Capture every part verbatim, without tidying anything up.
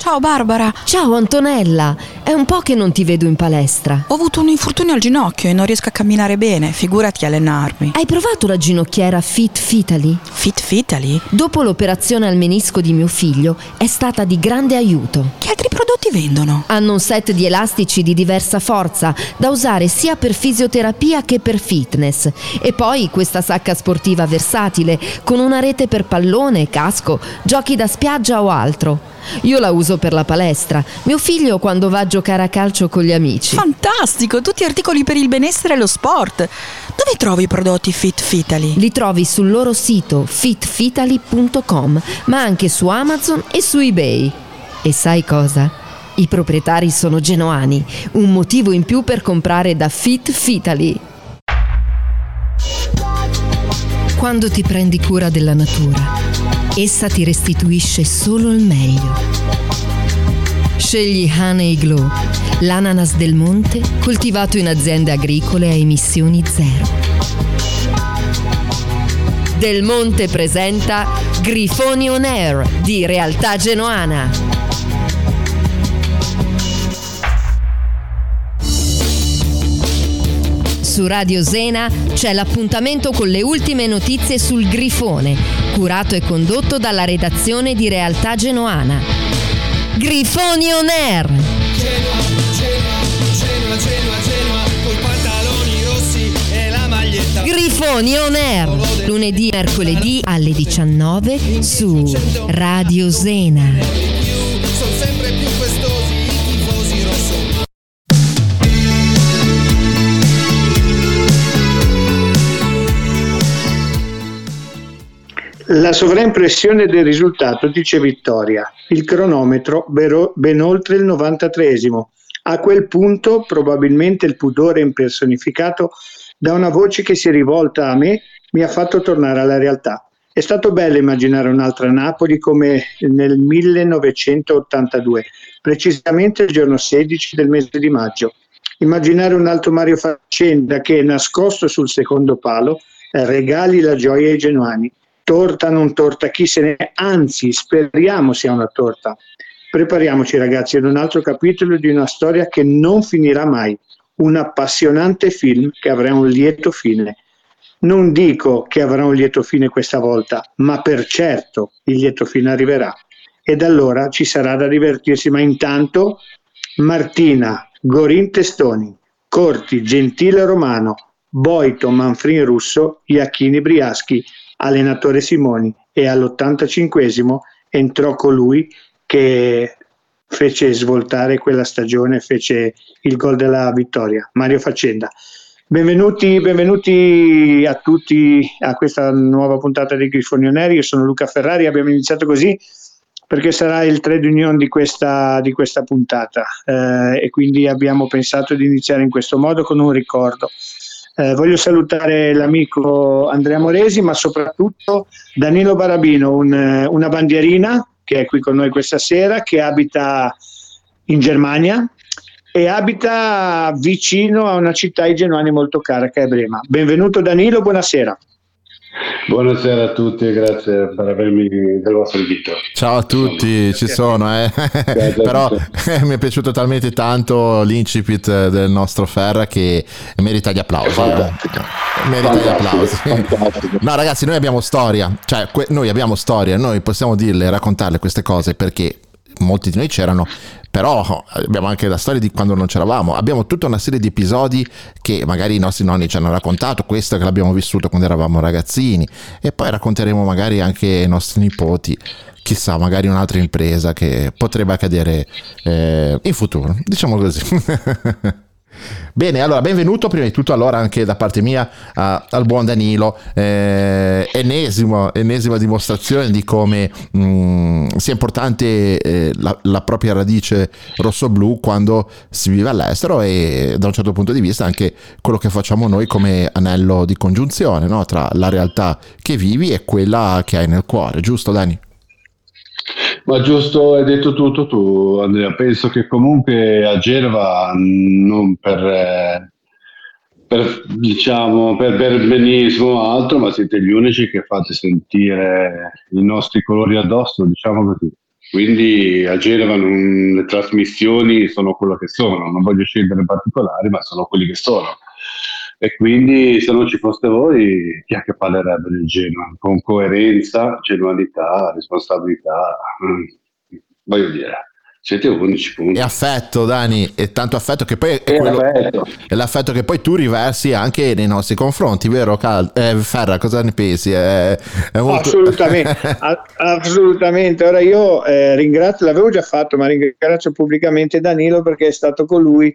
Ciao Barbara. Ciao Antonella, è un po' che non ti vedo in palestra. Ho avuto un infortunio al ginocchio e non riesco a camminare bene, figurati allenarmi. Hai provato la ginocchiera Fit Fitali? Fit Fitali? Dopo l'operazione al menisco di mio figlio è stata di grande aiuto. Che altri prodotti vendono? Hanno un set di elastici di diversa forza da usare sia per fisioterapia che per fitness. E poi questa sacca sportiva versatile con una rete per pallone, casco, giochi da spiaggia o altro. Io la uso per la palestra, mio figlio quando va a giocare a calcio con gli amici. Fantastico, tutti articoli per il benessere e lo sport. Dove trovi i prodotti Fit Fitali? Li trovi sul loro sito fit fitali punto com, ma anche su Amazon e su eBay. E sai cosa? I proprietari sono genoani, un motivo in più per comprare da Fit Fitali. Quando ti prendi cura della natura, essa ti restituisce solo il meglio. Scegli Honey Glow, l'ananas del monte coltivato in aziende agricole a emissioni zero. Del Monte presenta Grifoni On Air di Realtà Genoana. Su Radio Zena c'è l'appuntamento con le ultime notizie sul Grifone, curato e condotto dalla redazione di Realtà Genoana. Grifoni On Air! Genoa, Genoa, Genoa, Genoa, Genoa, coi pantaloni rossi e la maglietta. Grifoni On Air, lunedì e mercoledì alle diciannove su Radio Zena. Sono sempre più festosi i tifosi rosso. La sovraimpressione del risultato dice vittoria, il cronometro ben oltre il novantatreesimo. A quel punto probabilmente il pudore impersonificato da una voce che si è rivolta a me mi ha fatto tornare alla realtà. È stato bello immaginare un'altra Napoli come nel millenovecentottantadue, precisamente il giorno sedici del mese di maggio. Immaginare un altro Mario Faccenda che, nascosto sul secondo palo, regali la gioia ai genuani. Torta non torta, chi se ne è, anzi speriamo sia una torta. Prepariamoci ragazzi ad un altro capitolo di una storia che non finirà mai, un appassionante film che avrà un lieto fine. Non dico che avrà un lieto fine questa volta, ma per certo il lieto fine arriverà. Ed allora ci sarà da divertirsi, ma intanto Martina, Gorin Testoni, Corti, Gentile Romano, Boito, Manfrin Russo, Iachini Briaschi, allenatore Simoni, e all'ottantacinquesimo entrò colui che fece svoltare quella stagione, fece il gol della vittoria, Mario Faccenda. Benvenuti, benvenuti a tutti a questa nuova puntata di Grifoni On Air. Io sono Luca Ferrari, abbiamo iniziato così perché sarà il trade union di questa, di questa puntata eh, e quindi abbiamo pensato di iniziare in questo modo con un ricordo. Eh, voglio salutare l'amico Andrea Moresi, ma soprattutto Danilo Barabino, un, una bandierina che è qui con noi questa sera, che abita in Germania e abita vicino a una città ai genuani molto cara che è Brema. Benvenuto Danilo, buonasera. Buonasera a tutti e grazie per avermi del vostro invito. Ciao a tutti, ci sono eh. Però eh, mi è piaciuto talmente tanto l'incipit del nostro Ferra che merita gli applausi. Fantastico. Merita Fantastico. gli applausi. Fantastico. No ragazzi, noi abbiamo storia, cioè que- noi abbiamo storia, noi possiamo dirle, raccontarle queste cose perché molti di noi c'erano, però abbiamo anche la storia di quando non c'eravamo, abbiamo tutta una serie di episodi che magari i nostri nonni ci hanno raccontato, questo che l'abbiamo vissuto quando eravamo ragazzini, e poi racconteremo magari anche ai nostri nipoti, chissà, magari un'altra impresa che potrebbe accadere eh, in futuro, diciamo così. Bene, allora benvenuto prima di tutto allora anche da parte mia a, al buon Danilo, eh, ennesimo, ennesima dimostrazione di come mh, sia importante eh, la, la propria radice rosso-blu quando si vive all'estero, e da un certo punto di vista anche quello che facciamo noi come anello di congiunzione, no? Tra la realtà che vivi e quella che hai nel cuore, giusto Dani? Ma giusto, hai detto tutto tu Andrea, penso che comunque a Genova non per, eh, per diciamo per perbenismo o altro, ma siete gli unici che fate sentire i nostri colori addosso, diciamo così. quindi a Genova non, le trasmissioni sono quello che sono, non voglio scendere in particolari, ma sono quelli che sono. E quindi se non ci foste voi, chi è che parlerebbe del Genoa? Con coerenza, genuinità, responsabilità, mm, voglio dire, siete unici, punti. E affetto, Dani, e tanto affetto che poi è, E quello, l'affetto. è l'affetto che poi tu riversi anche nei nostri confronti, vero Cal- eh, Ferra? Cosa ne pensi? È, è molto... Assolutamente, a- assolutamente. Ora io eh, ringrazio, l'avevo già fatto, ma ringrazio pubblicamente Danilo perché è stato colui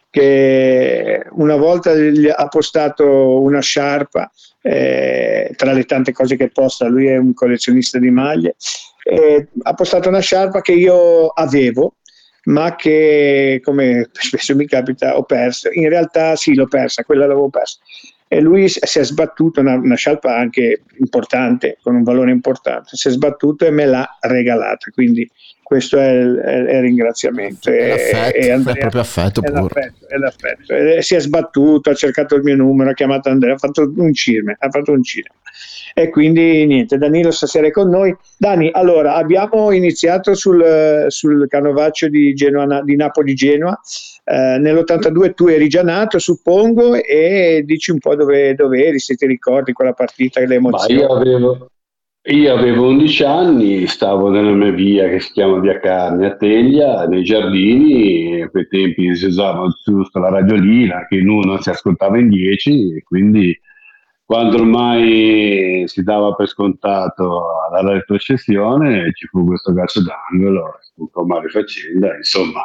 che una volta gli ha postato una sciarpa, eh, tra le tante cose che posta, lui è un collezionista di maglie, eh, ha postato una sciarpa che io avevo, ma che, come spesso mi capita, ho perso. In realtà sì, l'ho persa, quella l'avevo persa. E lui si è sbattuto, una, una sciarpa anche importante, con un valore importante, si è sbattuto e me l'ha regalata, quindi questo è il, è il ringraziamento. È l'affetto, e, e Andrea, è proprio affetto è puro. l'affetto, è l'affetto. E si è sbattuto, ha cercato il mio numero, ha chiamato Andrea, ha fatto un cinema, ha fatto un cinema. E quindi niente, Danilo stasera è con noi. Dani, allora abbiamo iniziato sul, sul canovaccio di, Genoa, di Napoli-Genoa. Eh, nell'ottantadue tu eri già nato, suppongo, e dici un po' dove, dove eri, se ti ricordi quella partita e le Ma emozioni. io avevo, io avevo undici anni, stavo nella mia via che si chiama Via Carni a Teglia, nei giardini, e a quei tempi si usava giusto la radiolina, che in uno si ascoltava in dieci, e quindi quando ormai si dava per scontato la retrocessione ci fu questo calcio d'angolo, fu con Mario Facenda, insomma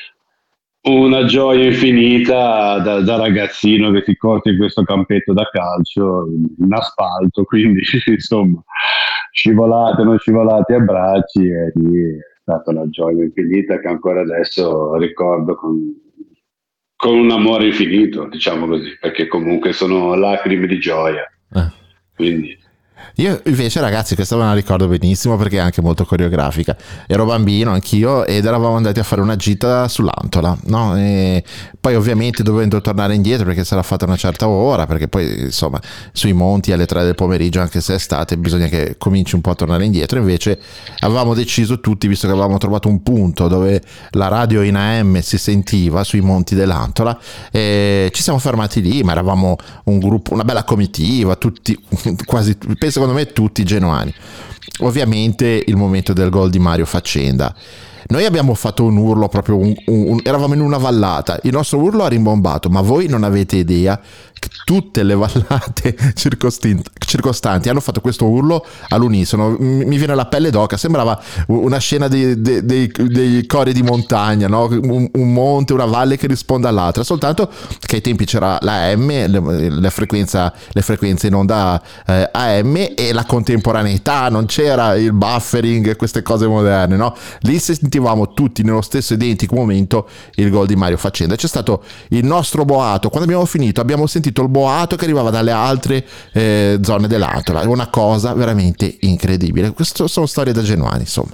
una gioia infinita da, da ragazzino che ti corti in questo campetto da calcio in, in asfalto, quindi insomma scivolate, non scivolate a bracci, e lì è stata una gioia infinita che ancora adesso ricordo con, con un amore infinito, diciamo così, perché comunque sono lacrime di gioia. Eh. Quindi Io invece, ragazzi, questa me la ricordo benissimo perché è anche molto coreografica. Ero bambino anch'io ed eravamo andati a fare una gita sull'Antola, no? E poi ovviamente dovendo tornare indietro perché sarà fatta una certa ora, perché poi insomma sui monti alle tre del pomeriggio, anche se è estate, bisogna che cominci un po' a tornare indietro. Invece avevamo deciso tutti, visto che avevamo trovato un punto dove la radio in A M si sentiva sui monti dell'Antola, e ci siamo fermati lì, ma eravamo un gruppo, una bella comitiva, tutti quasi, secondo me tutti genoani. Ovviamente il momento del gol di Mario Facenda, noi abbiamo fatto un urlo proprio un, un, eravamo in una vallata, il nostro urlo ha rimbombato, ma voi non avete idea che tutte le vallate circostanti hanno fatto questo urlo all'unisono. Mi viene la pelle d'oca, sembrava una scena dei, dei, dei, dei cori di montagna, no? un, un monte, una valle che risponde all'altra, soltanto che ai tempi c'era la A M, le, le, frequenza, le frequenze in onda eh, A M e la contemporaneità, non c'era il buffering e queste cose moderne, no? Lì sentivamo tutti nello stesso identico momento il gol di Mario Facenda. C'è stato il nostro boato, quando abbiamo finito abbiamo sentito il boato che arrivava dalle altre eh, zone dell'Antola, è una cosa veramente incredibile. Queste sono storie da genuani, insomma.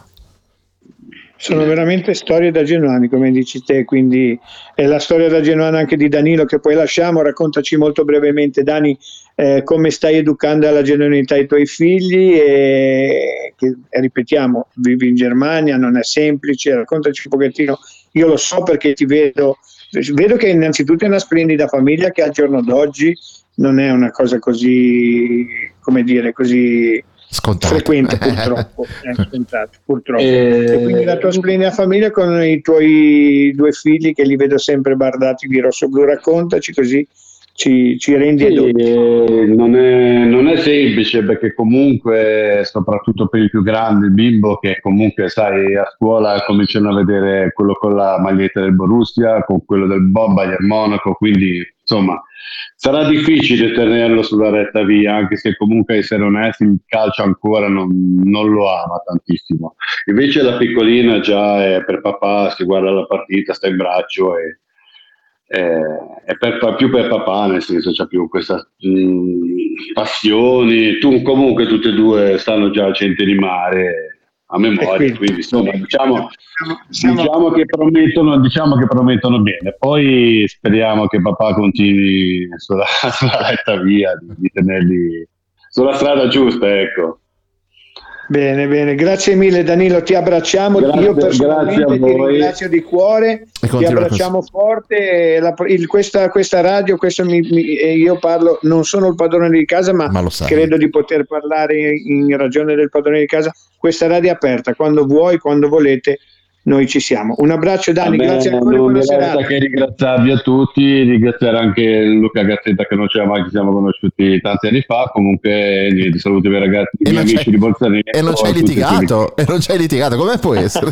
Sono veramente storie da genuani, come dici te, quindi è la storia da genuana anche di Danilo, che poi lasciamo. Raccontaci molto brevemente, Dani, eh, come stai educando alla genuinità i tuoi figli, e che, e ripetiamo, vivi in Germania, non è semplice, raccontaci un pochettino. Io lo so perché ti vedo, vedo che innanzitutto è una splendida famiglia che al giorno d'oggi non è una cosa così, come dire, così scontato. frequente, purtroppo, è scontato, purtroppo. E... e quindi la tua splendida famiglia con i tuoi due figli che li vedo sempre bardati di rosso-blu, raccontaci così ci, ci rendi Sì, edotti. eh, non, è, non è semplice, perché comunque soprattutto per i più grandi, il bimbo che comunque sai a scuola cominciano a vedere quello con la maglietta del Borussia, con quello del Bayern Monaco, quindi insomma sarà difficile tenerlo sulla retta via, anche se comunque, essere onesti, il calcio ancora non, non lo ama tantissimo. Invece la piccolina già è per papà, si guarda la partita, sta in braccio e è, è per, più per papà, nel senso c'è più questa mh, passione. Tu, comunque tutte e due stanno già a Cente di Mare a memoria, quindi, quindi insomma diciamo, siamo, diciamo, che promettono, diciamo che promettono bene. Poi speriamo che papà continui sulla, sulla retta via, di, di tenerli sulla strada giusta, ecco. Bene, bene, grazie mille Danilo, ti abbracciamo, Grazie, io personalmente grazie a ti voi. ringrazio di cuore, ti abbracciamo così. forte, la, il, questa, questa radio, questo mi, mi, io parlo, non sono il padrone di casa, ma, ma credo di poter parlare in, in ragione del padrone di casa, questa radio è aperta, quando vuoi, quando volete, noi ci siamo. Un abbraccio Dani, a grazie ancora, non buona mi serata. resta che ringraziarvi a tutti, ringraziare anche Luca Gazzetta che non c'era mai, che siamo conosciuti tanti anni fa. Comunque niente, saluti ai ragazzi, i miei amici di Bolzaneto. E non c'hai litigato, e non c'hai litigato, come può essere?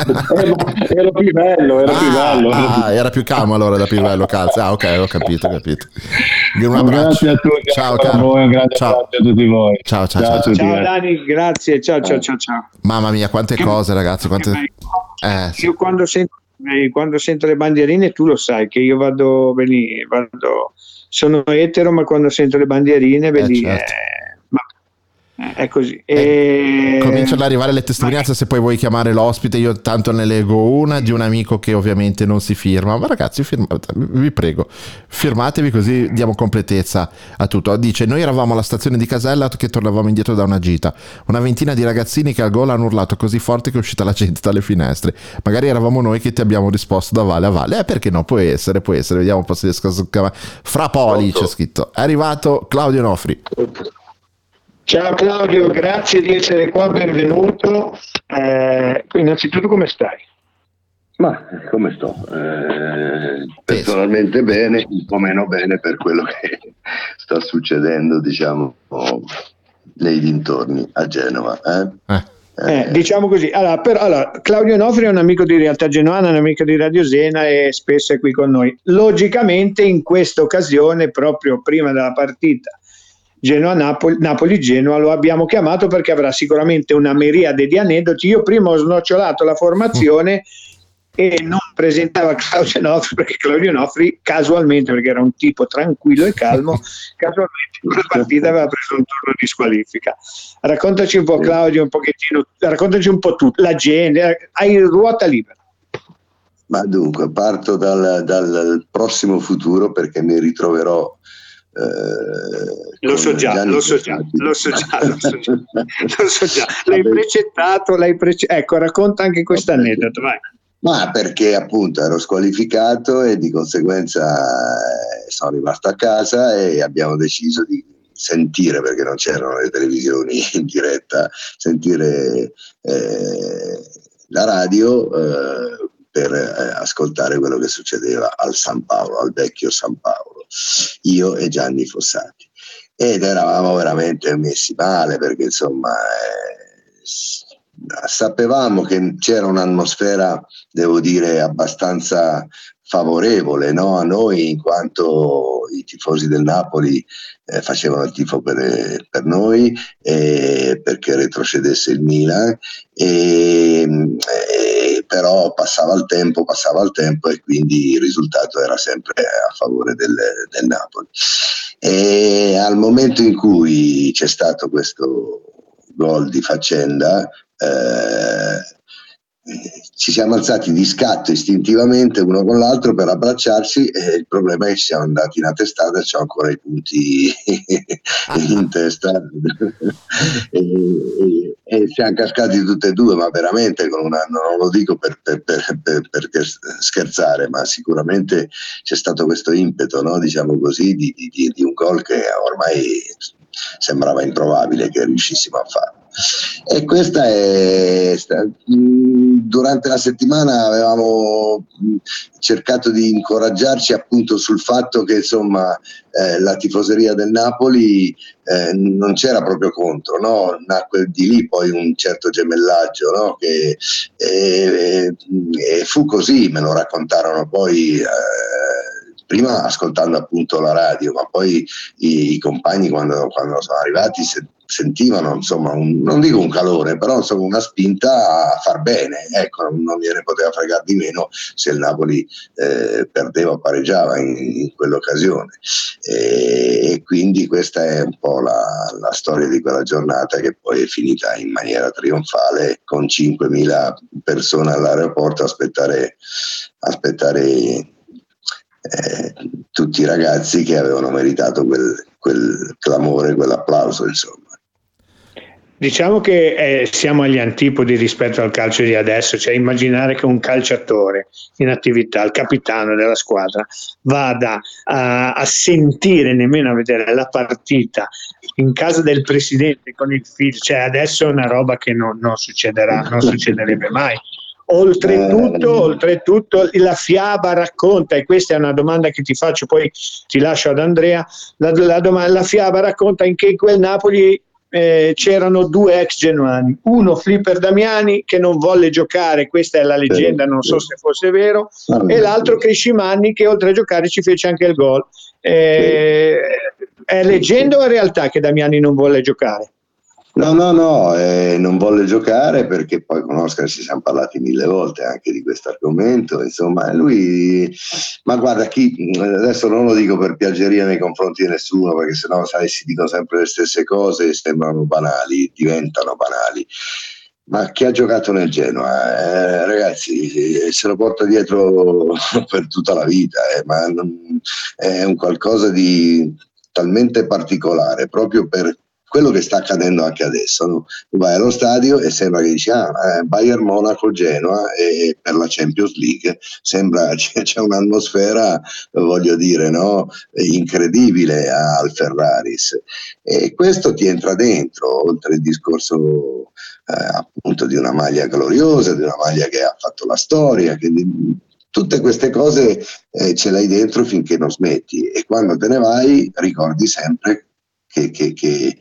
Ero più bello, era ah, più bello. Ah, era più calmo allora da più bello, calza. Ah, ok, ho capito, ho capito. Un abbraccio. Grazie a tutti, ciao, a voi, un grande ciao. abbraccio a tutti voi. Ciao, ciao, ciao, ciao. Tutti, ciao Dani, grazie, ciao, ciao, ciao, ciao. Mamma mia, quante che cose, ragazzi, quante... Eh, sì. Io quando sento, quando sento le bandierine, tu lo sai che io vado, vedi, vado sono etero, ma quando sento le bandierine, vedi, eh, certo. eh, è così. Eh, e... Cominciano ad arrivare le testimonianze, ma... se poi vuoi chiamare l'ospite, io tanto ne leggo una di un amico che ovviamente non si firma, ma ragazzi, firmate, vi prego, firmatevi così diamo completezza a tutto. Dice: noi eravamo alla stazione di Casella che tornavamo indietro da una gita, una ventina di ragazzini che al gol hanno urlato così forte che è uscita la gente dalle finestre, magari eravamo noi che ti abbiamo risposto da valle a valle. Eh, perché no, può essere, può essere, vediamo un po' se riesco a... Fra Poli c'è scritto, è arrivato Claudio Nofri. Ciao Claudio, grazie di essere qua, benvenuto. Eh, innanzitutto come stai? Ma come sto? Eh, personalmente bene, un po' meno bene per quello che sta succedendo, diciamo, nei dintorni a Genova. Eh? Eh. Eh, diciamo così, allora, per, allora, Claudio Nofri è un amico di Realtà Genoana, un amico di Radio Sena e spesso è qui con noi. Logicamente in questa occasione, proprio prima della partita Genoa-Napoli, Napoli-Genoa, lo abbiamo chiamato perché avrà sicuramente una miriade di aneddoti. Io prima ho snocciolato la formazione e non presentava Claudio Nofri perché Claudio Nofri casualmente, perché era un tipo tranquillo e calmo, casualmente in quella partita aveva preso un turno di squalifica. Raccontaci un po' Claudio, un pochettino, raccontaci un po' tu, la gente, hai ruota libera. Ma dunque, parto dal, dal prossimo futuro perché mi ritroverò Eh, lo so già, lo so già, lo so già, lo so già, lo so già. L'hai precettato, l'hai prece... ecco, racconta anche questo aneddoto, vai. Ma perché appunto ero squalificato e di conseguenza eh, sono rimasto a casa e abbiamo deciso di sentire, perché non c'erano le televisioni in diretta, sentire eh, la radio eh, per eh, ascoltare quello che succedeva al San Paolo, al vecchio San Paolo, io e Gianni Fossati, ed eravamo veramente messi male perché insomma eh, sapevamo che c'era un'atmosfera, devo dire, abbastanza favorevole, no? A noi, in quanto i tifosi del Napoli eh, facevano il tifo per, per noi eh, perché retrocedesse il Milan e, eh, però passava il tempo passava il tempo e quindi il risultato era sempre a favore del, del Napoli. E al momento in cui c'è stato questo gol di faccenda eh, ci siamo alzati di scatto istintivamente uno con l'altro per abbracciarci e il problema è che ci siamo andati in a testata e c'ho ancora i punti in testa e, e, e siamo cascati tutte e due, ma veramente con una, non lo dico per, per, per, per, per scherzare, ma sicuramente c'è stato questo impeto, no? Diciamo così, di, di, di un gol che ormai sembrava improbabile che riuscissimo a fare. E questa è durante la settimana avevamo cercato di incoraggiarci appunto sul fatto che insomma eh, la tifoseria del Napoli eh, non c'era proprio contro, no? Nacque di lì poi un certo gemellaggio, no? Che eh, eh, fu così, me lo raccontarono poi eh, prima ascoltando appunto la radio, ma poi i, i compagni quando, quando sono arrivati se, sentivano insomma un, non dico un calore, però insomma una spinta a far bene, ecco, non, non gliene poteva fregare di meno se il Napoli eh, perdeva o pareggiava in, in quell'occasione e, e quindi questa è un po' la, la storia di quella giornata che poi è finita in maniera trionfale con cinquemila persone all'aeroporto a aspettare aspettare Eh, tutti i ragazzi che avevano meritato quel, quel clamore, quell'applauso, insomma. Diciamo che eh, siamo agli antipodi rispetto al calcio di adesso, cioè immaginare che un calciatore in attività, il capitano della squadra, vada a, a sentire, nemmeno a vedere la partita in casa del presidente con il figlio, cioè adesso è una roba che non, non succederà, non succederebbe mai. Oltretutto, oltretutto la fiaba racconta, e questa è una domanda che ti faccio, poi ti lascio ad Andrea, la, la, domanda, la fiaba racconta in che in quel Napoli Eh, c'erano due ex genuani, uno Flipper Damiani che non volle giocare, questa è la leggenda, non so se fosse vero, e l'altro Criscimanni che oltre a giocare ci fece anche il gol. Eh, è leggenda o è realtà che Damiani non volle giocare? No, no, no, eh, non volle giocare perché poi con Oscar ci siamo parlati mille volte anche di questo argomento, insomma, lui, ma guarda, chi, adesso non lo dico per piaggeria nei confronti di nessuno, perché sennò, sai, si dicono sempre le stesse cose e sembrano banali, diventano banali. Ma chi ha giocato nel Genoa, eh, ragazzi, se lo porta dietro per tutta la vita, eh, ma non, è un qualcosa di talmente particolare, proprio per quello che sta accadendo anche adesso, no? Tu vai allo stadio e sembra che dici ah, eh, Bayern Monaco Genoa e per la Champions League sembra c'è, c'è un'atmosfera, voglio dire, no, incredibile al Ferraris, e questo ti entra dentro, oltre il discorso eh, appunto di una maglia gloriosa, di una maglia che ha fatto la storia, che tutte queste cose eh, ce l'hai dentro finché non smetti, e quando te ne vai ricordi sempre Che, che, che,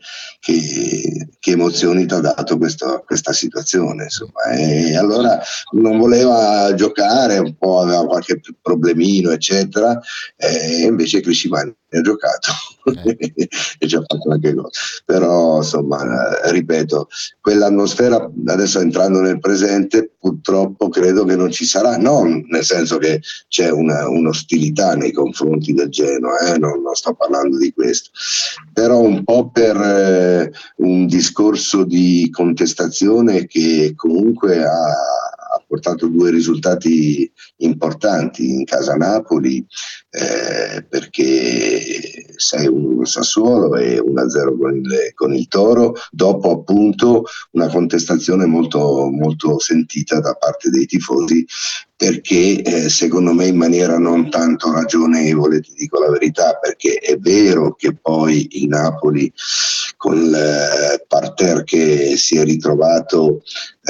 che, che emozioni ti ha dato questo, questa situazione, insomma. E allora non voleva giocare, un po' aveva qualche problemino eccetera, e invece Criscimanni ha giocato eh. e ci ha fatto anche gol, però insomma ripeto, quell'atmosfera adesso entrando nel presente purtroppo credo che non ci sarà, non nel senso che c'è una, un'ostilità nei confronti del Genoa, eh? non, non sto parlando di questo, però un po' per eh, un discorso di contestazione che comunque ha, ha portato due risultati importanti in casa Napoli, eh, perché sei uno Sassuolo e uno a zero con il, con il Toro, dopo appunto una contestazione molto, molto sentita da parte dei tifosi, perché eh, secondo me in maniera non tanto ragionevole, ti dico la verità, perché è vero che poi il Napoli con il parterre che si è ritrovato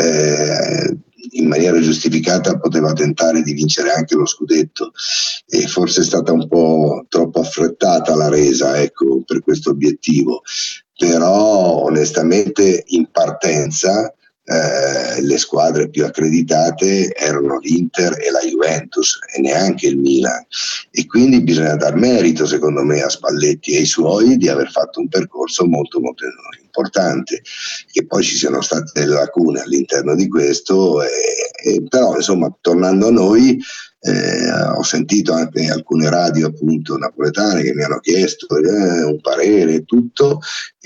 eh, in maniera giustificata poteva tentare di vincere anche lo scudetto, e forse è stata un po' troppo affrettata la resa, ecco, per questo obiettivo, però onestamente in partenza Eh, le squadre più accreditate erano l'Inter e la Juventus e neanche il Milan, e quindi bisogna dar merito secondo me a Spalletti e ai suoi di aver fatto un percorso molto molto importante. Che poi ci siano state delle lacune all'interno di questo, e, e però insomma tornando a noi, Eh, ho sentito anche alcune radio appunto napoletane che mi hanno chiesto eh, un parere e tutto,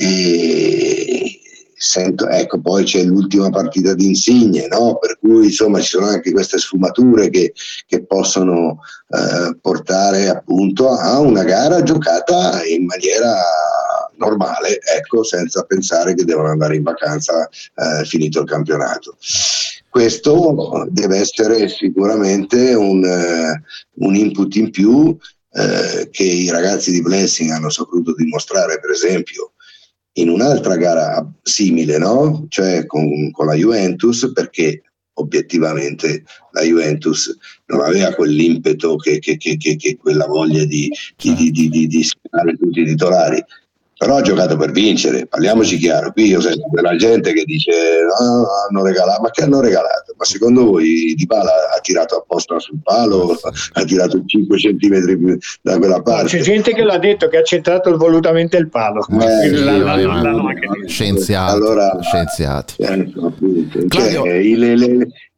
e sento, ecco, poi c'è l'ultima partita di Insigne, no? Per cui insomma ci sono anche queste sfumature che, che possono eh, portare appunto a una gara giocata in maniera normale, ecco, senza pensare che devono andare in vacanza eh, finito il campionato. Questo deve essere sicuramente un, uh, un input in più uh, che i ragazzi di Blessing hanno saputo dimostrare, per esempio, in un'altra gara simile, no? Cioè con, con la Juventus, perché obiettivamente la Juventus non aveva quell'impeto, che, che, che, che, che quella voglia di, di, di, di, di, di sfidare tutti i titolari. Però ha giocato per vincere, parliamoci chiaro. Qui io sento della gente che dice no, hanno regalato, ma che hanno regalato? Ma secondo voi Dybala ha tirato apposta sul palo, ha tirato cinque centimetri da quella parte? C'è gente che l'ha detto, che ha centrato volutamente il palo. Eh, la, la, la, la, la, scienziati, allora, scienziati. Eh, appunto, cioè, le, le,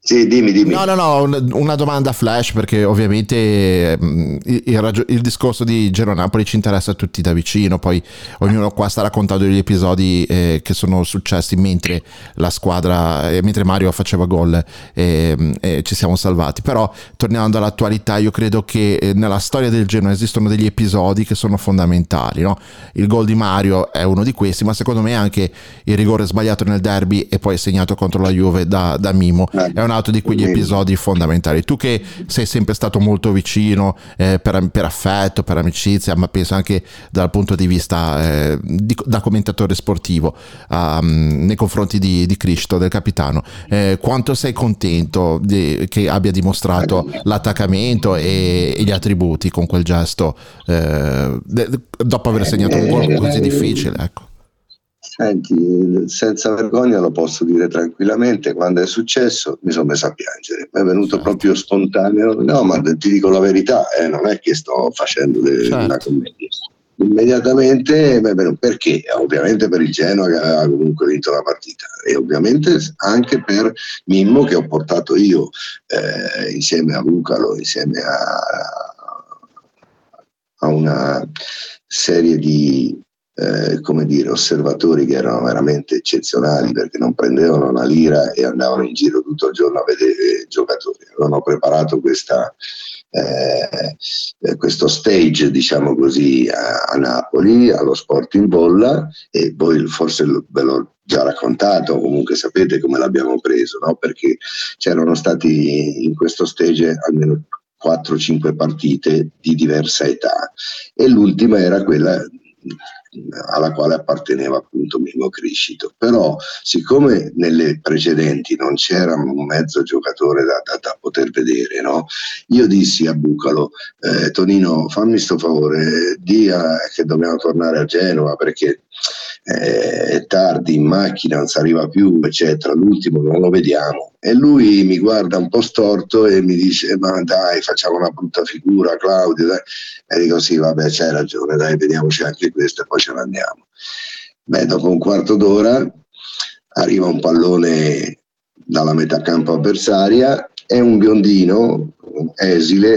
Sì, dimmi, dimmi. No, no, no, un- una domanda flash, perché ovviamente mh, il, il ragio- il discorso di Genoa-Napoli ci interessa a tutti da vicino, poi ognuno qua sta raccontando gli episodi eh, che sono successi mentre la squadra, eh, mentre Mario faceva gol e, e ci siamo salvati. Però tornando all'attualità, io credo che eh, nella storia del Genoa esistono degli episodi che sono fondamentali, no? Il gol di Mario è uno di questi, ma secondo me anche il rigore sbagliato nel derby e poi segnato contro la Juve da, da Mimo è un altro di quegli episodi fondamentali. Tu che sei sempre stato molto vicino eh, per, per affetto, per amicizia, ma penso anche dal punto di vista eh, di, da commentatore sportivo um, nei confronti di, di Cristo, del capitano, eh, quanto sei contento di, che abbia dimostrato l'attaccamento e, e gli attributi con quel gesto eh, de, dopo aver segnato un gol così difficile, ecco. Senti, senza vergogna lo posso dire tranquillamente, quando è successo mi sono messo a piangere, mi è venuto Certo. proprio spontaneo. No, ma ti dico la verità, eh, non è che sto facendo de- Certo. una commedia. Immediatamente mi è venuto, perché ovviamente per il Genoa che aveva comunque vinto la partita, e ovviamente anche per Mimmo che ho portato io eh, insieme a Bucalo, insieme a, a una serie di Eh, come dire, osservatori che erano veramente eccezionali, perché non prendevano una lira e andavano in giro tutto il giorno a vedere giocatori. Avevano preparato questa, eh, questo stage, diciamo così, a, a Napoli, allo Sporting Bolla, e voi forse ve l'ho già raccontato, comunque sapete come l'abbiamo preso, no? Perché c'erano stati in questo stage almeno quattro cinque partite di diversa età, e l'ultima era quella alla quale apparteneva appunto Mimmo Criscito. Però siccome nelle precedenti non c'era un mezzo giocatore da, da, da poter vedere, no? Io dissi a Bucalo, eh, Tonino, fammi sto favore, di a, che dobbiamo tornare a Genova perché eh, è tardi, in macchina non si arriva più, eccetera, l'ultimo non lo vediamo. E lui mi guarda un po' storto e mi dice, ma dai, facciamo una brutta figura, Claudio, dai. E dico, sì, vabbè, c'hai ragione, dai, vediamoci anche questo e poi ce ne andiamo. Beh, dopo un quarto d'ora arriva un pallone dalla metà campo avversaria e un biondino esile,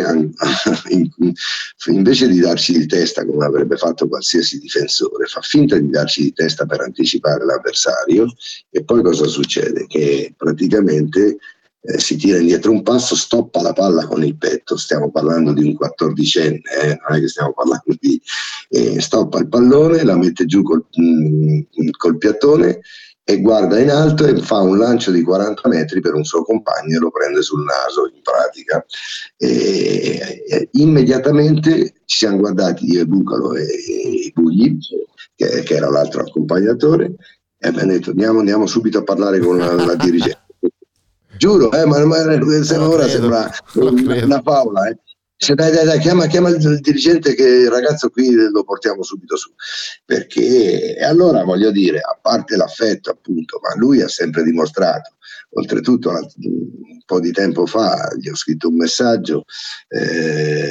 invece di darci di testa come avrebbe fatto qualsiasi difensore, fa finta di darci di testa per anticipare l'avversario, e poi cosa succede? Che praticamente eh, si tira indietro un passo, stoppa la palla con il petto, stiamo parlando di un quattordicenne, eh, non è che stiamo parlando di... Eh, stoppa il pallone, la mette giù col, mh, col piattone e guarda in alto e fa un lancio di quaranta metri per un suo compagno e lo prende sul naso in pratica. E, e, immediatamente ci siamo guardati io e Bucalo e, e Bugli, che, che era l'altro accompagnatore, e abbiamo detto andiamo, andiamo subito a parlare con la, la dirigente. Giuro, eh, ma, ma sembra, ora sembra una, una favola, eh. Dice, dai, dai, dai, chiama, chiama il dirigente che il ragazzo qui lo portiamo subito su, perché e allora voglio dire, a parte l'affetto appunto, ma lui ha sempre dimostrato, oltretutto un po' di tempo fa gli ho scritto un messaggio eh,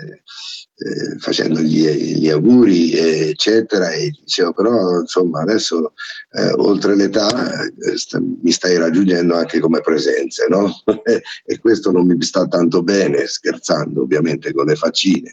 eh, facendogli gli auguri eccetera, e dicevo però insomma adesso eh, oltre l'età eh, st- mi stai raggiungendo anche come presenze, no? E questo non mi sta tanto bene, scherzando ovviamente con le faccine,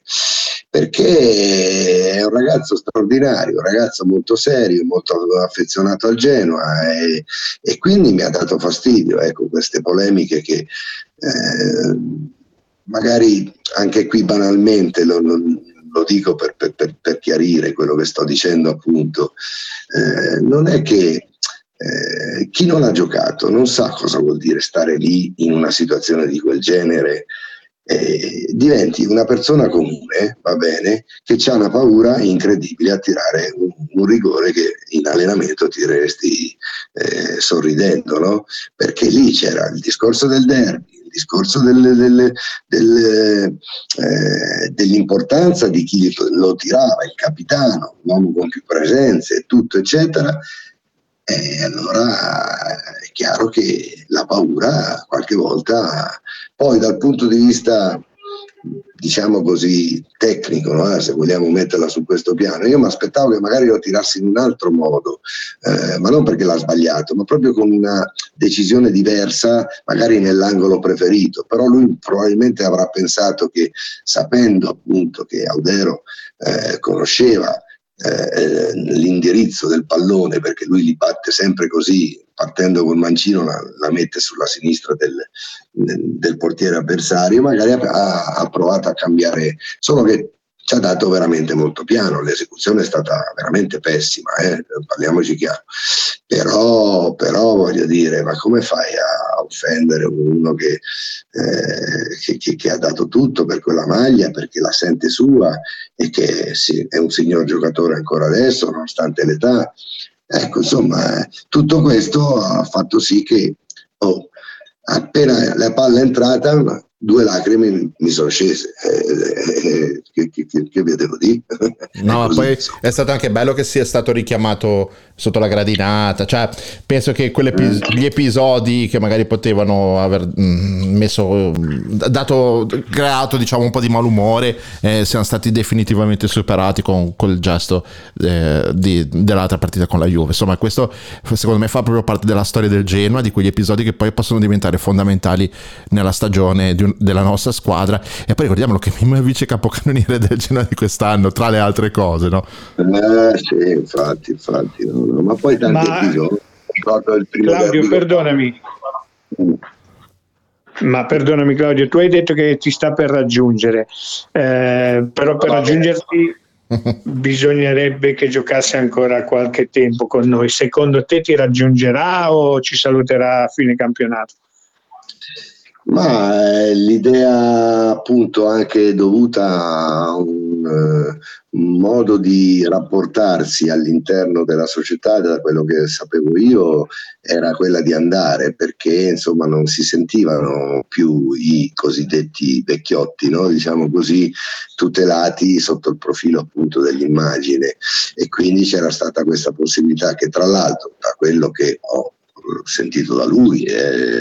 perché è un ragazzo straordinario, un ragazzo molto serio, molto affezionato al Genoa, e, e quindi mi ha dato fastidio, ecco, queste polemiche che eh, magari anche qui banalmente lo, lo, lo dico per, per, per, per chiarire quello che sto dicendo appunto, eh, non è che eh, chi non ha giocato non sa cosa vuol dire stare lì in una situazione di quel genere. Eh, diventi una persona comune, va bene, che ha una paura incredibile a tirare un, un rigore che in allenamento tireresti eh, sorridendo, no? Perché lì c'era il discorso del derby, il discorso delle, delle, delle, eh, dell'importanza di chi lo tirava, il capitano, l'uomo con più presenze, tutto eccetera. E allora è chiaro che la paura qualche volta, poi dal punto di vista diciamo così tecnico, no? Se vogliamo metterla su questo piano. Io mi aspettavo che magari lo tirassi in un altro modo, eh, ma non perché l'ha sbagliato, ma proprio con una decisione diversa, magari nell'angolo preferito. Però lui probabilmente avrà pensato che, sapendo appunto che Audero eh, conosceva eh, l'indirizzo del pallone, perché lui li batte sempre così, partendo col mancino la, la mette sulla sinistra del, del portiere avversario, magari ha, ha provato a cambiare, solo che ci ha dato veramente molto piano, l'esecuzione è stata veramente pessima, eh? Parliamoci chiaro, però, però voglio dire, ma come fai a offendere uno che, eh, che, che, che ha dato tutto per quella maglia, perché la sente sua e che sì, è un signor giocatore ancora adesso, nonostante l'età. Ecco, insomma, tutto questo ha fatto sì che oh, appena la palla è entrata, due lacrime mi sono scese. Eh, eh, che, che, che vi devo dire? No, ma poi è stato anche bello che sia stato richiamato sotto la gradinata. Cioè, penso che quell'epis- gli episodi che magari potevano aver mh, messo, dato, creato diciamo un po' di malumore, eh, siano stati definitivamente superati con quel gesto eh, di, dell'altra partita con la Juve. Insomma, questo secondo me fa proprio parte della storia del Genoa, di quegli episodi che poi possono diventare fondamentali nella stagione di un, della nostra squadra. E poi ricordiamolo che Mimmo è vice capocannoniere del Genoa di quest'anno, tra le altre cose, no? Eh, sì, infatti, infatti, no, no, ma poi tanti Ma, episodi. Il primo Claudio, derby... perdonami, Mm. ma perdonami Claudio, tu hai detto che ti sta per raggiungere, eh, però per Va bene. raggiungerti bisognerebbe che giocasse ancora qualche tempo con noi. Secondo te ti raggiungerà o ci saluterà a fine campionato? Ma eh, l'idea appunto anche dovuta a un, eh, un modo di rapportarsi all'interno della società, da quello che sapevo io, era quella di andare, perché insomma non si sentivano più i cosiddetti vecchiotti, no? Diciamo così, tutelati sotto il profilo appunto dell'immagine, e quindi c'era stata questa possibilità che, tra l'altro, da quello che ho sentito da lui, eh,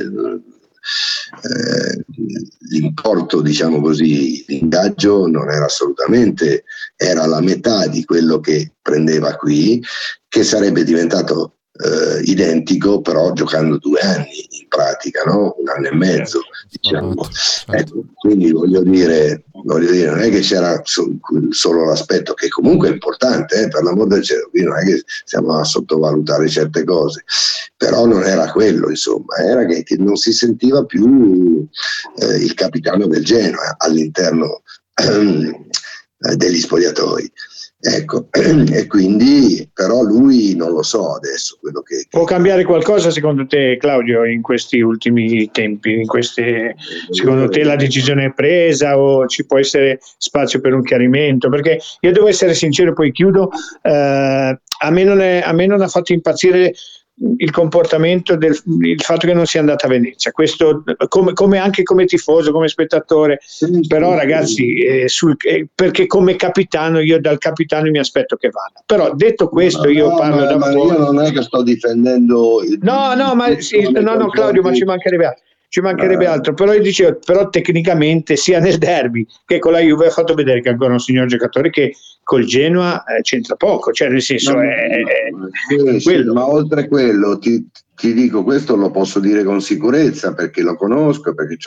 Eh, l'importo, diciamo così, l'ingaggio non era assolutamente, era la metà di quello che prendeva qui, che sarebbe diventato eh, identico però giocando due anni in pratica, no? Un anno e mezzo, diciamo. Ecco, quindi voglio dire, voglio dire, non è che c'era so, solo l'aspetto, che comunque è importante, eh, per l'amor del cielo, qui non è che stiamo a sottovalutare certe cose, però non era quello, insomma, era che, che non si sentiva più eh, il capitano del Genoa all'interno ehm, degli spogliatoi. Ecco, e quindi però lui non lo so adesso quello che, che... Può cambiare qualcosa secondo te, Claudio, in questi ultimi tempi? In queste, secondo te la decisione è presa o ci può essere spazio per un chiarimento? Perché io devo essere sincero, poi chiudo, eh, a me non è, a me non ha fatto impazzire il comportamento del il fatto che non sia andata a Venezia, questo come, come anche come tifoso, come spettatore, però ragazzi, eh, sul, eh, perché come capitano, io dal capitano mi aspetto che vada. Però detto questo, io no, parlo ma, da ma fuori. io non è che sto difendendo il, no no ma il, sì, no no Claudio, ma ci mancherebbe altro. Ci mancherebbe altro, però io dicevo, però tecnicamente sia nel derby che con la Juve ha fatto vedere che è ancora un signor giocatore, che col Genoa eh, c'entra poco, cioè nel senso no, è, no, è sì, sì, ma oltre quello ti, ti dico, questo lo posso dire con sicurezza perché lo conosco, perché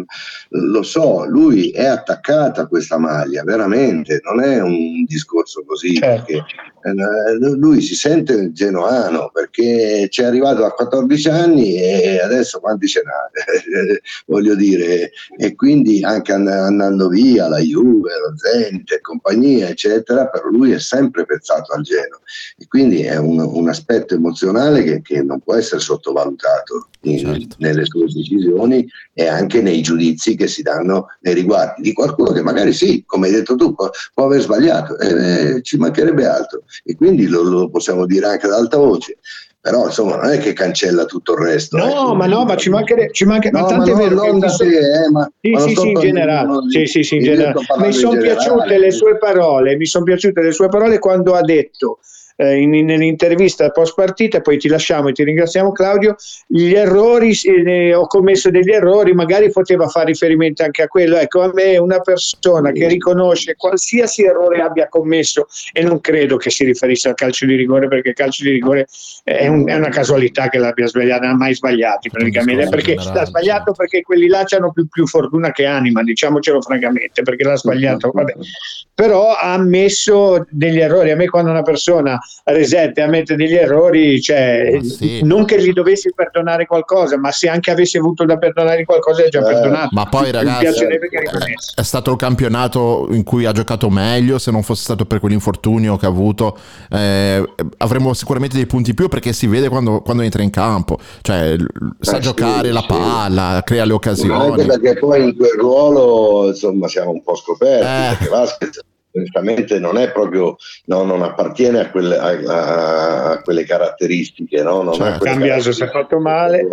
lo so, lui è attaccato a questa maglia, veramente, non è un discorso così, certo. Perché eh, lui si sente genoano perché ci è arrivato a quattordici anni e adesso quanti ce n'ha? Voglio dire, e quindi anche andando via la Juve, lo Zenit e compagnia eccetera, per lui è sempre pensato al Genoa, e quindi è un, un aspetto emozionale che, che non può essere sottovalutato in, certo. nelle sue decisioni e anche nei giudizi che si danno nei riguardi di qualcuno che magari sì, come hai detto tu, può, può aver sbagliato, eh, ci mancherebbe altro, e quindi lo, lo possiamo dire anche ad alta voce. Però insomma non è che cancella tutto il resto. No, ecco. ma no, ma ci mancherebbe, ci manca, no, ma tanto ma è vero no, che non da so... te, eh, ma, sì, ma sì, sì, in generale. Sì, sì, sì, in generale. Mi sono piaciute le sue parole, mi sono piaciute le sue parole quando ha detto eh, in, nell'intervista post partita, poi ti lasciamo e ti ringraziamo Claudio, gli errori, eh, ho commesso degli errori, magari poteva fare riferimento anche a quello. Ecco, a me una persona che riconosce qualsiasi errore abbia commesso, e non credo che si riferisse al calcio di rigore, perché il calcio di rigore è, un, è una casualità che l'abbia sbagliato, non ha mai sbagliati praticamente, perché l'ha sbagliato perché quelli là c'hanno più, più fortuna che anima, diciamocelo francamente, perché l'ha sbagliato, vabbè. Però ha ammesso degli errori. A me quando una persona resette ammette degli errori, cioè, sì. non che gli dovessi perdonare qualcosa, ma se anche avessi avuto da perdonare qualcosa è già eh, perdonato. Ma poi ragazzi, è, è stato il campionato in cui ha giocato meglio. Se non fosse stato per quell'infortunio che ha avuto, eh, avremmo sicuramente dei punti in più, perché si vede quando, quando entra in campo, cioè sa eh, giocare sì, la palla, sì. crea le occasioni. Anche perché poi in quel ruolo insomma siamo un po' scoperti, eh. perché Vasquez onestamente non è proprio, no, non appartiene a quelle, a, a, a quelle caratteristiche, no? Non cioè, Cambiaso si è fatto male,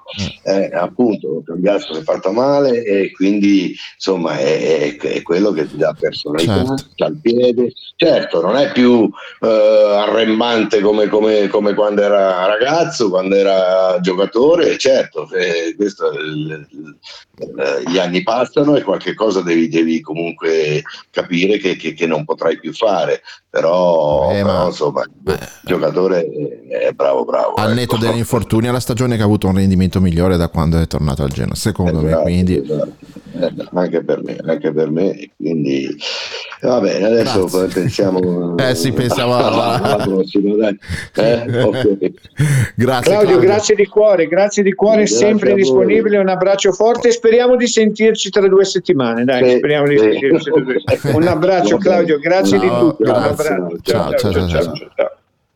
eh, appunto Cambiaso si è fatto male, e quindi insomma è, è, è quello che ti dà personalità, certo. al piede, certo non è più eh, arrembante come, come, come quando era ragazzo, quando era giocatore, certo, eh, questo è il, il, il, gli anni passano e qualche cosa devi, devi comunque capire che, che che non potrai più fare, però, eh, però insomma il giocatore è bravo bravo al netto ecco. dell'infortunio, la stagione che ha avuto un rendimento migliore da quando è tornato al Genoa, secondo esatto, me, quindi esatto. eh, anche per me anche per me quindi va bene, adesso Grazie. pensiamo eh sì pensiamo alla, alla prossima, dai. Eh? Okay. Grazie Claudio, Claudio, grazie di cuore, grazie di cuore, grazie sempre disponibile, un abbraccio forte e speriamo di sentirci tra due settimane, dai, sì, speriamo di sì. sentirci tra due settimane. Un abbraccio Claudio, grazie ciao, di tutto, grazie. un abbraccio, ciao ciao ciao, ciao, ciao, ciao, ciao.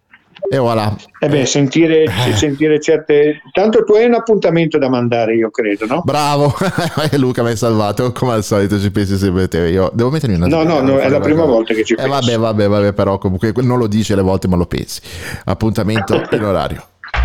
E voilà. Eh beh, sentire, eh. sentire certe. Tanto tu hai un appuntamento da mandare, io credo, no? Bravo, Luca mi hai salvato, come al solito ci pensi sempre te. Io devo mettermi una. No, no, no, è la prima cosa. volta che ci eh, pensi. Vabbè, vabbè, vabbè, però comunque non lo dici alle volte, ma lo pensi. Appuntamento in orario.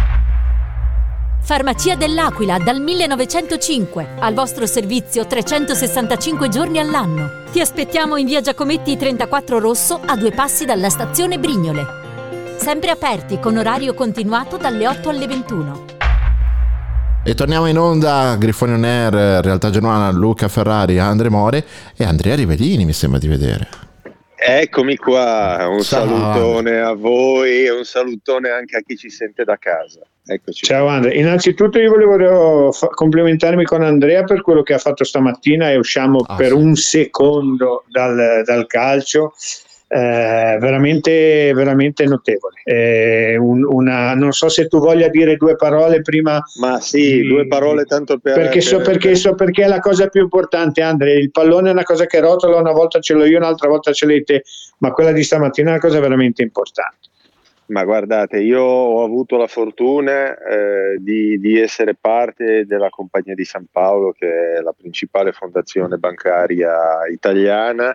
Farmacia dell'Aquila dal millenovecentocinque, al vostro servizio trecentosessantacinque giorni all'anno. Ti aspettiamo in via Giacometti trentaquattro Rosso, a due passi dalla stazione Brignole. Sempre aperti con orario continuato dalle otto alle ventuno. E torniamo in onda, Grifone On Air, Realtà Genuana, Luca Ferrari, Andre More e Andrea Rivellini, mi sembra di vedere. Eccomi qua, un Ciao. salutone a voi e un salutone anche a chi ci sente da casa. Eccoci. Ciao Andrea, innanzitutto io volevo fa- complimentarmi con Andrea per quello che ha fatto stamattina, e usciamo ah, per sì. un secondo dal, dal calcio. Eh, veramente veramente notevole, eh, un, una, non so se tu voglia dire due parole prima, ma sì, di, due parole tanto per perché so, per, perché per... so perché è la cosa più importante, Andre. Il pallone è una cosa che rotola, una volta ce l'ho io, un'altra volta ce l'hai te, ma quella di stamattina è una cosa veramente importante. Ma guardate, io ho avuto la fortuna eh, di, di essere parte della Compagnia di San Paolo, che è la principale fondazione bancaria italiana,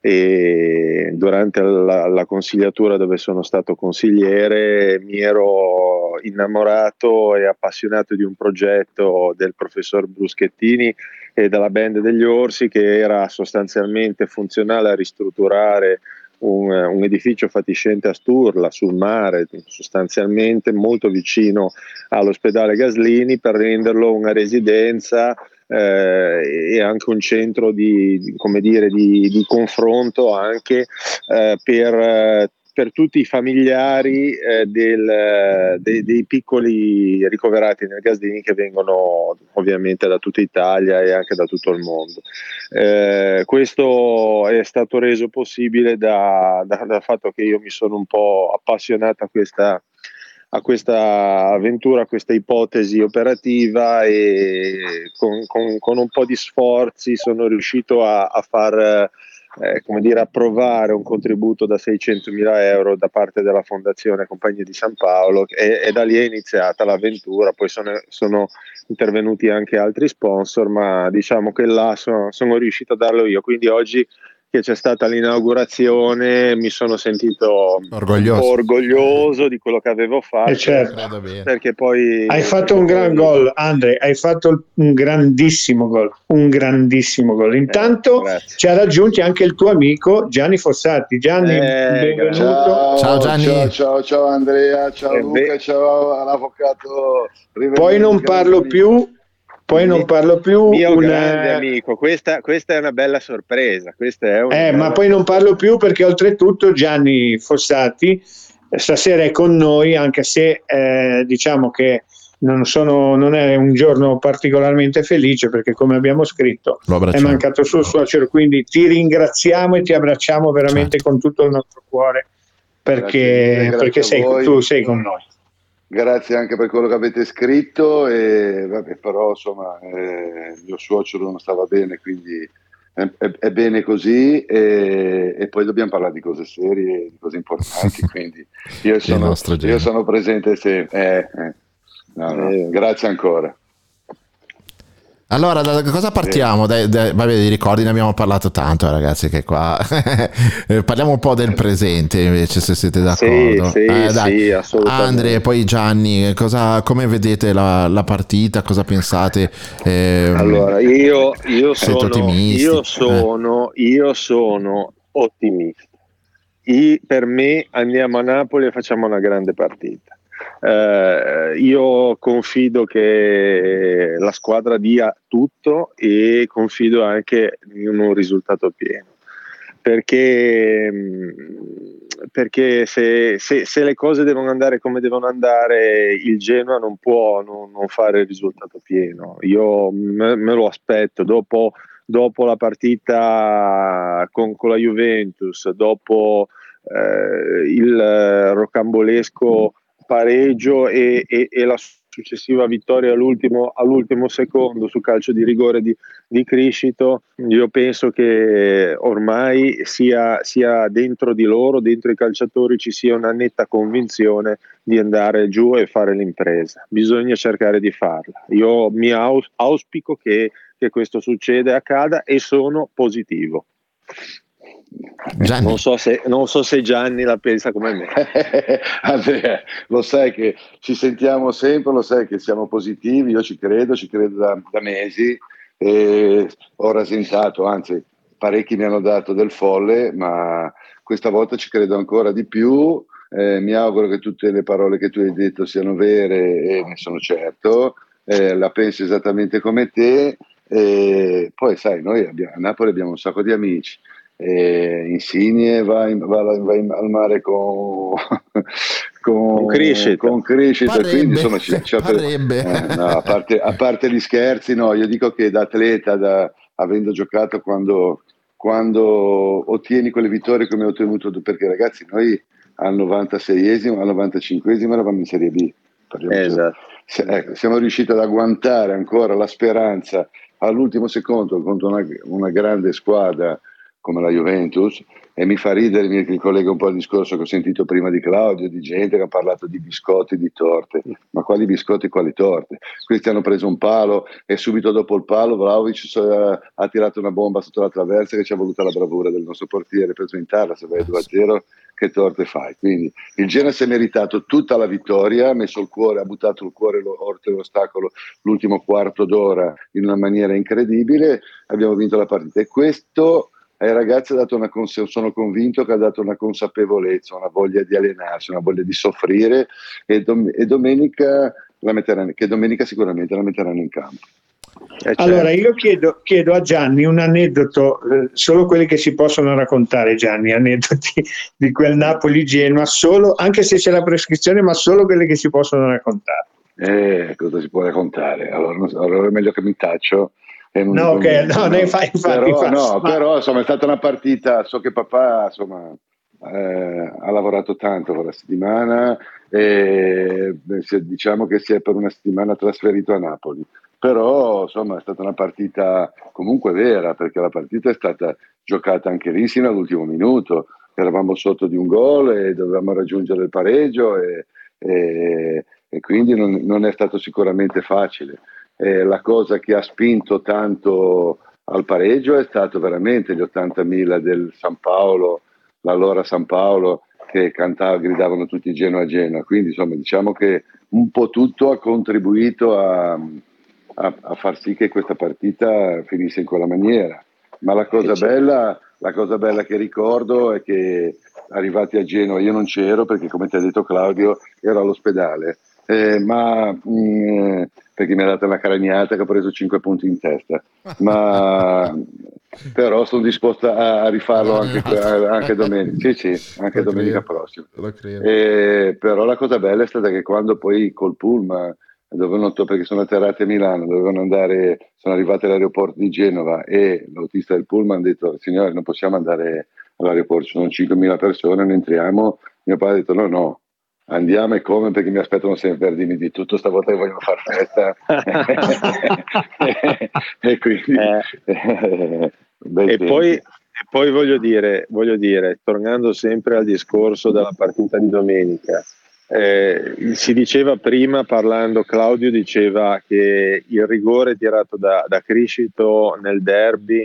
e durante la, la consigliatura dove sono stato consigliere mi ero innamorato e appassionato di un progetto del professor Bruschettini e della band degli Orsi, che era sostanzialmente funzionale a ristrutturare un, un edificio fatiscente a Sturla sul mare, sostanzialmente molto vicino all'ospedale Gaslini, per renderlo una residenza Eh, e anche un centro di, come dire, di, di confronto anche eh, per, per tutti i familiari eh, del, dei, dei piccoli ricoverati nel Gaslini, che vengono ovviamente da tutta Italia e anche da tutto il mondo. Eh, questo è stato reso possibile da, da, dal fatto che io mi sono un po' appassionato a questa a questa avventura, a questa ipotesi operativa, e con, con, con un po' di sforzi sono riuscito a, a far eh, come dire, approvare un contributo da seicentomila euro da parte della Fondazione Compagnia di San Paolo, e, e da lì è iniziata l'avventura. Poi sono, sono intervenuti anche altri sponsor, ma diciamo che là sono, sono riuscito a darlo io, quindi oggi che c'è stata l'inaugurazione, mi sono sentito orgoglioso, orgoglioso di quello che avevo fatto, eh certo. perché poi hai fatto un gran gol, Andre, hai fatto un grandissimo gol, un grandissimo gol. Intanto eh, ci ha raggiunti anche il tuo amico Gianni Fossati. Gianni, eh, benvenuto. Ciao, ciao Gianni, ciao, ciao, ciao Andrea, ciao eh, Luca, beh. ciao all'avvocato. Poi non parlo più. Poi non parlo più. Mio una... grande amico, questa, questa è una bella sorpresa. Questa è una eh, bella ma poi non parlo più perché oltretutto Gianni Fossati stasera è con noi, anche se eh, diciamo che non, sono, non è un giorno particolarmente felice perché, come abbiamo scritto, è mancato il suo suocero. Quindi ti ringraziamo e ti abbracciamo veramente, certo, con tutto il nostro cuore, perché, grazie, grazie perché sei, tu sei con noi. Grazie anche per quello che avete scritto, e vabbè, però insomma eh, il mio suocero non stava bene, quindi è, è, è bene così, e, e poi dobbiamo parlare di cose serie, di cose importanti, quindi io sono, io sono presente sempre. Eh, eh. No, no. Eh, grazie ancora. Allora, da cosa partiamo? Dai, dai, vabbè, di ricordi ne abbiamo parlato tanto, ragazzi, che qua parliamo un po' del presente invece, se siete d'accordo. Sì, sì, eh, dai. sì, assolutamente. Andre e poi Gianni, cosa, come vedete la, la partita? Cosa pensate? Eh, allora, io, io, sono, ottimisti? io, sono, eh. io sono ottimista. I, per me andiamo a Napoli e facciamo una grande partita. Uh, io confido che la squadra dia tutto e confido anche in un risultato pieno, perché, perché se, se, se le cose devono andare come devono andare, il Genoa non può non, non fare il risultato pieno. Io me, me lo aspetto dopo, dopo la partita con, con la Juventus, dopo eh, il rocambolesco pareggio e, e, e la successiva vittoria all'ultimo, all'ultimo secondo su calcio di rigore di, di Criscito. Io penso che ormai sia, sia dentro di loro, dentro i calciatori, ci sia una netta convinzione di andare giù e fare l'impresa. Bisogna cercare di farla. Io mi aus- auspico che, che questo succeda e accada, e sono positivo. Non so, se, non so se Gianni la pensa come me. Andrea, lo sai che ci sentiamo sempre, lo sai che siamo positivi, io ci credo, ci credo da, da mesi, e ho rasentato, anzi parecchi mi hanno dato del folle, ma questa volta ci credo ancora di più. Eh, mi auguro che tutte le parole che tu hai detto siano vere, e ne sono certo, eh, la penso esattamente come te. E poi sai, noi abbiamo, a Napoli abbiamo un sacco di amici. Eh, Insigne va, in, va, va in, al mare con con Criscito, con Criscito, quindi insomma ci, ci eh, no, a, parte, a parte gli scherzi, no, io dico che da atleta, da, avendo giocato, quando, quando ottieni quelle vittorie come ho ottenuto, perché ragazzi noi al novantaseiesimo, al novantacinquesimo eravamo in Serie B, esatto. Se, ecco, siamo riusciti ad agguantare ancora la speranza all'ultimo secondo contro una, una grande squadra come la Juventus, e mi fa ridere, mi ricollega un po' al discorso che ho sentito prima di Claudio, di gente che ha parlato di biscotti, di torte, ma quali biscotti, quali torte? Questi hanno preso un palo e subito dopo il palo Vlahovic ha tirato una bomba sotto la traversa, che ci ha voluta la bravura del nostro portiere per sventarla. Se vai due a zero, che torte fai? Quindi il Genoa si è meritato tutta la vittoria, ha messo il cuore, ha buttato il cuore oltre l'ostacolo l'ultimo quarto d'ora in una maniera incredibile, abbiamo vinto la partita, e questo ai ragazzi ha dato una cons- sono convinto che ha dato una consapevolezza, una voglia di allenarsi, una voglia di soffrire, e, dom- e domenica la metteranno, che domenica sicuramente la metteranno in campo. Eh, allora io chiedo, chiedo a Gianni un aneddoto, eh, solo quelli che si possono raccontare, Gianni, aneddoti di quel Napoli-Genoa, solo, anche se c'è la prescrizione, ma solo quelli che si possono raccontare. Eh, cosa si può raccontare? Allora, allora è meglio che mi taccio. No, ok, no, ne fai, infatti, però, infatti, no, ma... però insomma è stata una partita, so che papà insomma eh, ha lavorato tanto quella settimana, e diciamo che si è per una settimana trasferito a Napoli, però insomma è stata una partita comunque vera, perché la partita è stata giocata anche lì sino all'ultimo minuto, eravamo sotto di un gol e dovevamo raggiungere il pareggio, e, e, e quindi non, non è stato sicuramente facile. Eh, la cosa che ha spinto tanto al pareggio è stato veramente gli ottantamila del San Paolo, l'allora San Paolo, che cantava, gridavano tutti Genoa Genoa, quindi insomma diciamo che un po' tutto ha contribuito a, a, a far sì che questa partita finisse in quella maniera, ma la cosa bella, la cosa bella che ricordo è che arrivati a Genova, io non c'ero perché come ti ha detto Claudio ero all'ospedale, eh, ma mh, perché mi ha dato una craniata che ho preso cinque punti in testa, ma però sono disposto a, a rifarlo anche, anche domenica, sì sì, anche Lo domenica credo, prossima. lo credo. Eh, però la cosa bella è stata che quando poi col pullman dovevano, perché sono atterrati a Milano, dovevano andare, sono arrivati all'aeroporto di Genova e l'autista del pullman ha detto signore non possiamo andare all'aeroporto, ci sono cinquemila persone, non entriamo. Mio padre ha detto no no, andiamo e come, perché mi aspettano sempre per dirmi di tutto, stavolta vogliono far festa. E quindi Eh. bel E tempo. poi, e poi voglio dire, voglio dire, tornando sempre al discorso della partita di domenica, eh, si diceva prima, parlando, Claudio diceva che il rigore tirato da, da Criscito nel derby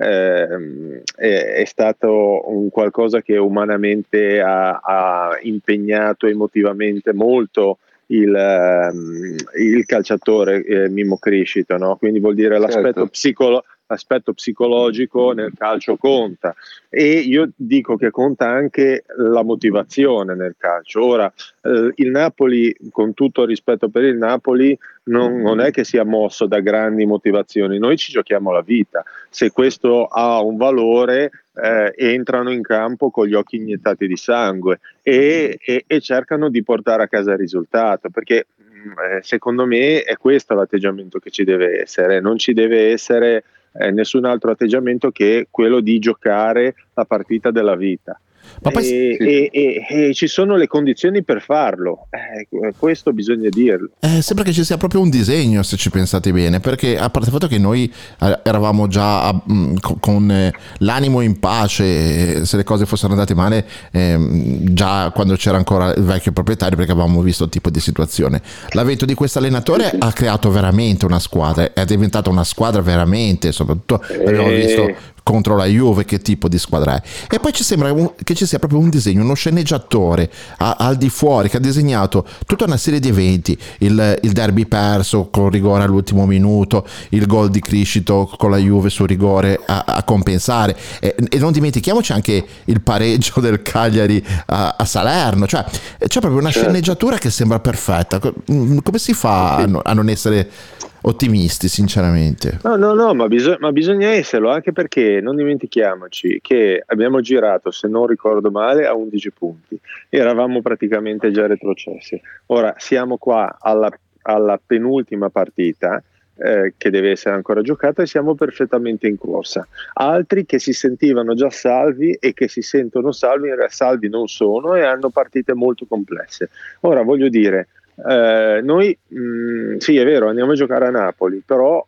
eh, è, è stato un qualcosa che umanamente ha, ha impegnato emotivamente molto il, um, il calciatore eh, Mimmo Criscito, no? Quindi vuol dire l'aspetto Certo. psicologico. L'aspetto psicologico nel calcio conta, e io dico che conta anche la motivazione nel calcio. Ora eh, il Napoli, con tutto il rispetto per il Napoli, non, non è che sia mosso da grandi motivazioni, noi ci giochiamo la vita, se questo ha un valore eh, entrano in campo con gli occhi iniettati di sangue e, e, e cercano di portare a casa il risultato, perché mh, secondo me è questo l'atteggiamento che ci deve essere, non ci deve essere Eh, nessun altro atteggiamento che quello di giocare la partita della vita. Ma poi- e, sì. e, e, e ci sono le condizioni per farlo, eh, questo bisogna dirlo. Eh, sembra che ci sia proprio un disegno, se ci pensate bene, perché a parte il fatto che noi eh, eravamo già a- mh, co- con eh, l'animo in pace, eh, se le cose fossero andate male, ehm, già quando c'era ancora il vecchio proprietario, perché avevamo visto il tipo di situazione. L'avvento di questo allenatore ha creato veramente una squadra, è diventata una squadra veramente, soprattutto abbiamo Eh. visto contro la Juve che tipo di squadra è, e poi ci sembra un- che ci sia proprio un disegno, uno sceneggiatore a- al di fuori che ha disegnato tutta una serie di eventi, il, il derby perso con rigore all'ultimo minuto, il gol di Criscito con la Juve su rigore a, a compensare, e, e non dimentichiamoci anche il pareggio del Cagliari a, a Salerno, cioè c'è proprio una Certo. sceneggiatura che sembra perfetta. Co- come si fa a no- a non essere ottimisti, sinceramente? No, no, no, ma, bisog- ma bisogna esserlo, anche perché non dimentichiamoci che abbiamo girato, se non ricordo male, a undici punti, eravamo praticamente già retrocessi. Ora siamo qua alla, alla penultima partita eh, che deve essere ancora giocata e siamo perfettamente in corsa. Altri che si sentivano già salvi e che si sentono salvi, in realtà salvi non sono e hanno partite molto complesse. Ora voglio dire, Eh, noi mh, sì è vero andiamo a giocare a Napoli, però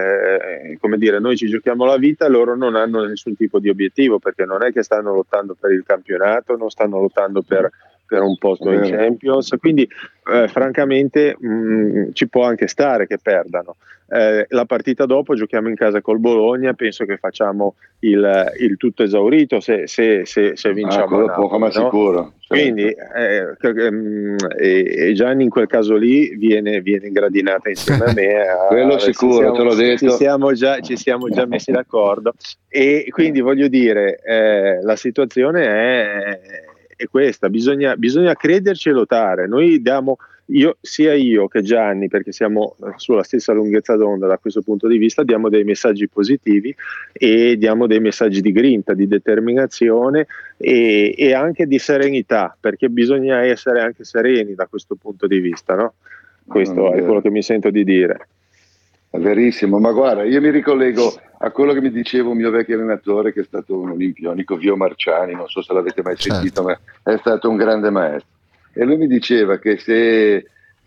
eh, come dire, noi ci giochiamo la vita e loro non hanno nessun tipo di obiettivo, perché non è che stanno lottando per il campionato, non stanno lottando per, per un posto in Champions, quindi eh, francamente mh, ci può anche stare che perdano. Eh, la partita dopo giochiamo in casa col Bologna, penso che facciamo il, il tutto esaurito se, se, se, se vinciamo Ah, quello a Napoli, poco ma no? sicuro, certo. Quindi eh, ehm, e, e Gianni in quel caso lì viene, viene ingradinata insieme a me. A, Quello ci sicuro, siamo- te l'ho detto. Ci siamo già, ci siamo già messi d'accordo, e quindi voglio dire, eh, la situazione è, è questa, bisogna, bisogna crederci e lottare. Noi diamo, io, sia io che Gianni, perché siamo sulla stessa lunghezza d'onda da questo punto di vista, diamo dei messaggi positivi e diamo dei messaggi di grinta, di determinazione e, e anche di serenità, perché bisogna essere anche sereni da questo punto di vista, no? Questo Non è è vero. quello che mi sento di dire. È verissimo, ma guarda, io mi ricollego a quello che mi diceva un mio vecchio allenatore, che è stato un olimpionico, Vio Marciani, non so se l'avete mai Certo. sentito, ma è stato un grande maestro. E lui mi diceva che se,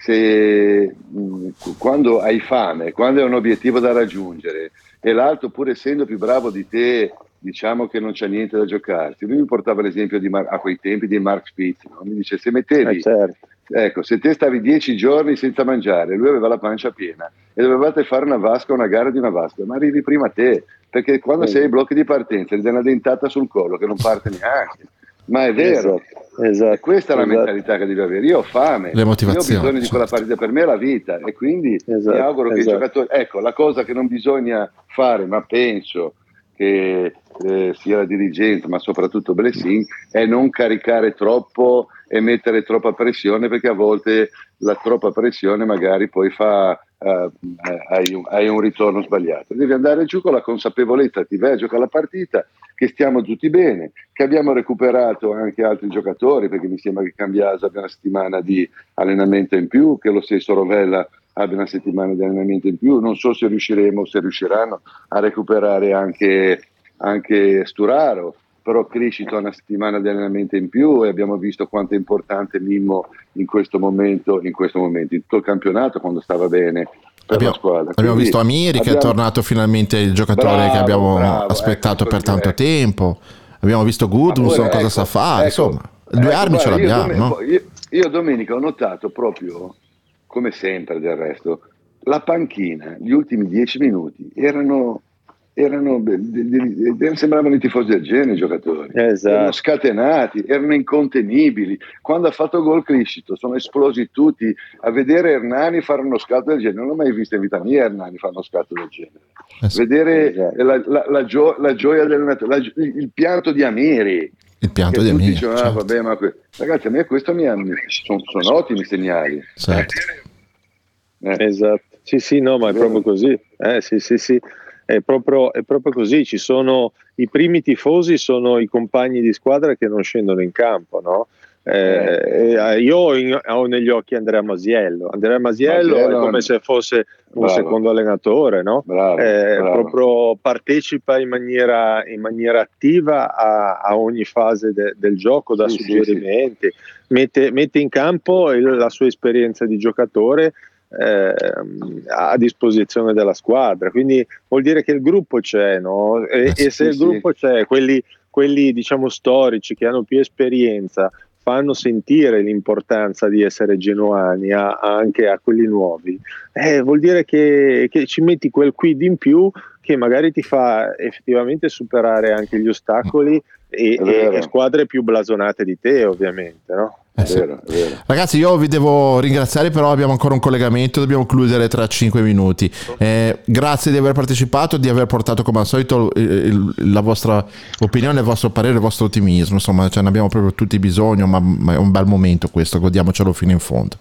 se mh, quando hai fame, quando è un obiettivo da raggiungere, e l'altro, pur essendo più bravo di te, diciamo che non c'è niente da giocarsi. Lui mi portava l'esempio di Mar- a quei tempi di Mark Spitz, no? Mi dice: se mettevi Eh, certo. ecco, se te stavi dieci giorni senza mangiare, lui aveva la pancia piena e dovevate fare una vasca, una gara di una vasca, ma arrivi prima te, perché quando sei ai blocchi di partenza gli dai una dentata sul collo che non parte neanche. Ma è vero, esatto, esatto, e questa è la esatto. mentalità che devi avere. Io ho fame, io ho bisogno di quella partita, per me è la vita, e quindi esatto, mi auguro che esatto. i giocatori, ecco, la cosa che non bisogna fare, ma penso che eh, sia la dirigenza, ma soprattutto Blessing, è non caricare troppo e mettere troppa pressione, perché a volte la troppa pressione magari poi fa uh, hai, un, hai un ritorno sbagliato. Devi andare giù con la consapevolezza, ti vai a giocare la partita, che stiamo tutti bene, che abbiamo recuperato anche altri giocatori, perché mi sembra che Cambiaso abbia una settimana di allenamento in più, che lo stesso Rovella abbia una settimana di allenamento in più. Non so se riusciremo, se riusciranno a recuperare anche, anche Sturaro, però Criscito ha una settimana di allenamento in più e abbiamo visto quanto è importante Mimmo in questo momento, in questo momento, in tutto il campionato, quando stava bene per abbiamo, la squadra. abbiamo Quindi visto Amiri abbiamo... che è tornato finalmente, il giocatore bravo, che abbiamo bravo, aspettato ecco, per tanto ecco. tempo. Abbiamo visto Gudmundsson, cosa ecco, sa fare, ecco, insomma, due ecco, armi guarda, ce l'abbiamo. Io, No? io, io domenica ho notato proprio, come sempre del resto, la panchina, gli ultimi dieci minuti erano, erano de, de, de, sembravano i tifosi del genere, i giocatori, esatto. erano scatenati, erano incontenibili. Quando ha fatto gol Criscito sono esplosi tutti. A vedere Hernani fare uno scatto del genere, non l'ho mai visto in vita mia Hernani fare uno scatto del genere. Eh sì. Vedere esatto. la, la, la, gio, la gioia del la, il, il pianto di Amiri. Il pianto di Amiri, dicevano, certo. ah, vabbè, ma que... ragazzi, a me questo mi ha... sono, sono ottimi segnali. Certo. Eh. Esatto. Sì, sì, no, ma è proprio così. Eh, sì, sì, sì. È proprio, è proprio così. Ci sono i primi tifosi, sono i compagni di squadra che non scendono in campo, no? Eh, eh. Io ho, in, ho negli occhi Andrea Masiello. Andrea Masiello, Masiello è come se fosse un bravo. secondo allenatore, no? Bravo, eh, bravo. Proprio partecipa in maniera, in maniera attiva a, a ogni fase de, del gioco, dà sì, suggerimenti, sì, sì. Mette, mette in campo il, la sua esperienza di giocatore Eh, a disposizione della squadra, quindi vuol dire che il gruppo c'è, no? E, eh, e se sì, il gruppo sì. c'è, quelli, quelli diciamo storici che hanno più esperienza fanno sentire l'importanza di essere genuani a, anche a quelli nuovi, eh, vuol dire che, che ci metti quel quid in più che magari ti fa effettivamente superare anche gli ostacoli e, e, e squadre più blasonate di te, ovviamente, no? Eh sì. vero, vero. Ragazzi, io vi devo ringraziare, però abbiamo ancora un collegamento, dobbiamo chiudere tra cinque minuti. Eh, grazie di aver partecipato, di aver portato come al solito il, il, la vostra opinione, il vostro parere, il vostro ottimismo. Insomma, ce ne abbiamo proprio tutti bisogno, ma, ma è un bel momento questo, godiamocelo fino in fondo.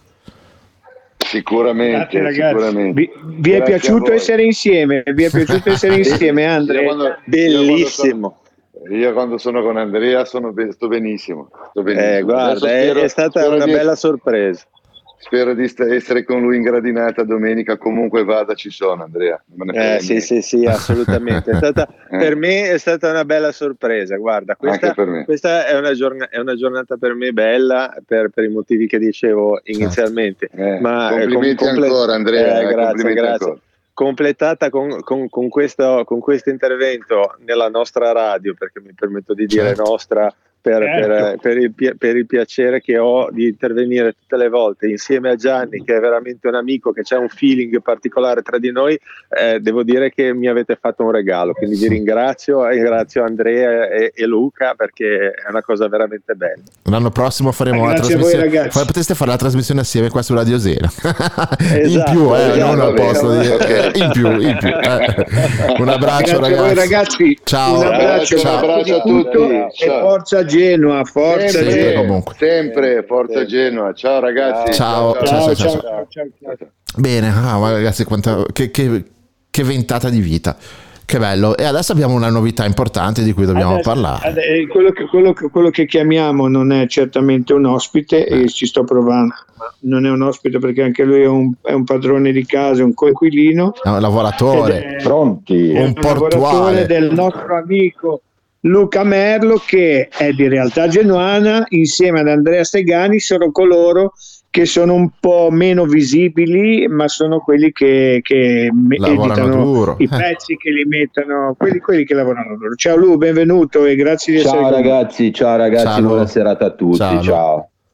Sicuramente, Grazie, sicuramente. Vi, vi è piaciuto essere insieme? Vi è piaciuto essere insieme, Andrea? Quando, Bellissimo. Io quando sono con Andrea sono, sto benissimo, sto benissimo. Eh, guarda, spero, è stata una di, bella sorpresa. Spero di st- essere con lui in gradinata domenica, comunque vada, ci sono Andrea. Non me ne eh, sì, sì, sì, assolutamente. È stata, eh. Per me è stata una bella sorpresa, guarda, questa, questa è, una giorn- è una giornata per me bella per, per i motivi che dicevo inizialmente. Eh, Ma complimenti com- comple- ancora Andrea, eh, grazie, grazie. Ancora. Completata con, con, con, questo, con questo intervento nella nostra radio, perché mi permetto di dire certo. nostra per, certo. per, per, il, per il piacere che ho di intervenire tutte le volte insieme a Gianni, che è veramente un amico, che c'è un feeling particolare tra di noi. Eh, devo dire che mi avete fatto un regalo, quindi vi ringrazio e ringrazio Andrea e, e Luca, perché è una cosa veramente bella. L'anno prossimo faremo la trasmissione, voi, potreste fare la trasmissione assieme qua su Radio Zero. Esatto, in più, eh, esatto, non al posto di okay. in più, in più. Eh. Un abbraccio, grazie ragazzi. A voi, ragazzi. Ciao, un abbraccio, ciao, un abbraccio a tutti. E forza Genoa, forza sempre, sempre, Genoa. comunque. sempre forza Genoa. Ciao ragazzi. Ciao, ciao, ciao. ciao, ciao, ciao. ciao, ciao, ciao. Bene, ah, ragazzi, quanta, che, che, che ventata di vita. Che bello. E adesso abbiamo una novità importante di cui dobbiamo adesso, parlare. Adesso, quello, che, quello, che, quello che chiamiamo non è certamente un ospite, eh. e ci sto provando. Non è un ospite perché anche lui è un, è un padrone di casa, un coinquilino. È un lavoratore. È, Pronti. È un, un lavoratore del nostro amico Luca Merlo, che è di realtà genuana. Insieme ad Andrea Stegani sono coloro che sono un po' meno visibili, ma sono quelli che, che editano duro. i pezzi, eh. che li mettono, quelli, quelli che lavorano loro. Ciao Lu, benvenuto e grazie di ciao essere ragazzi, ciao ragazzi, ciao, buona serata a tutti, ciao. ciao.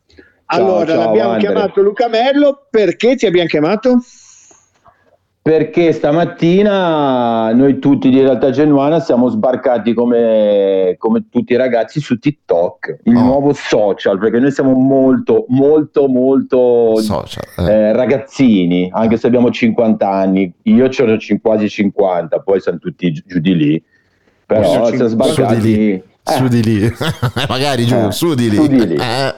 Allora, ciao, l'abbiamo Andre. chiamato Luca Merlo. Perché ti abbiamo chiamato? Perché stamattina noi tutti di Realtà Genuana siamo sbarcati come, come tutti i ragazzi su TikTok, il Oh. nuovo social, perché noi siamo molto, molto, molto Social, eh. eh, ragazzini, anche se abbiamo cinquanta anni. Io ce l'ho cin- quasi cinquanta, poi siamo tutti giù, giù di lì. Però Io siamo cinquanta. sbarcati... Su di lì. Eh. Su di lì. Magari giù, Eh, su di lì. su di lì. Eh.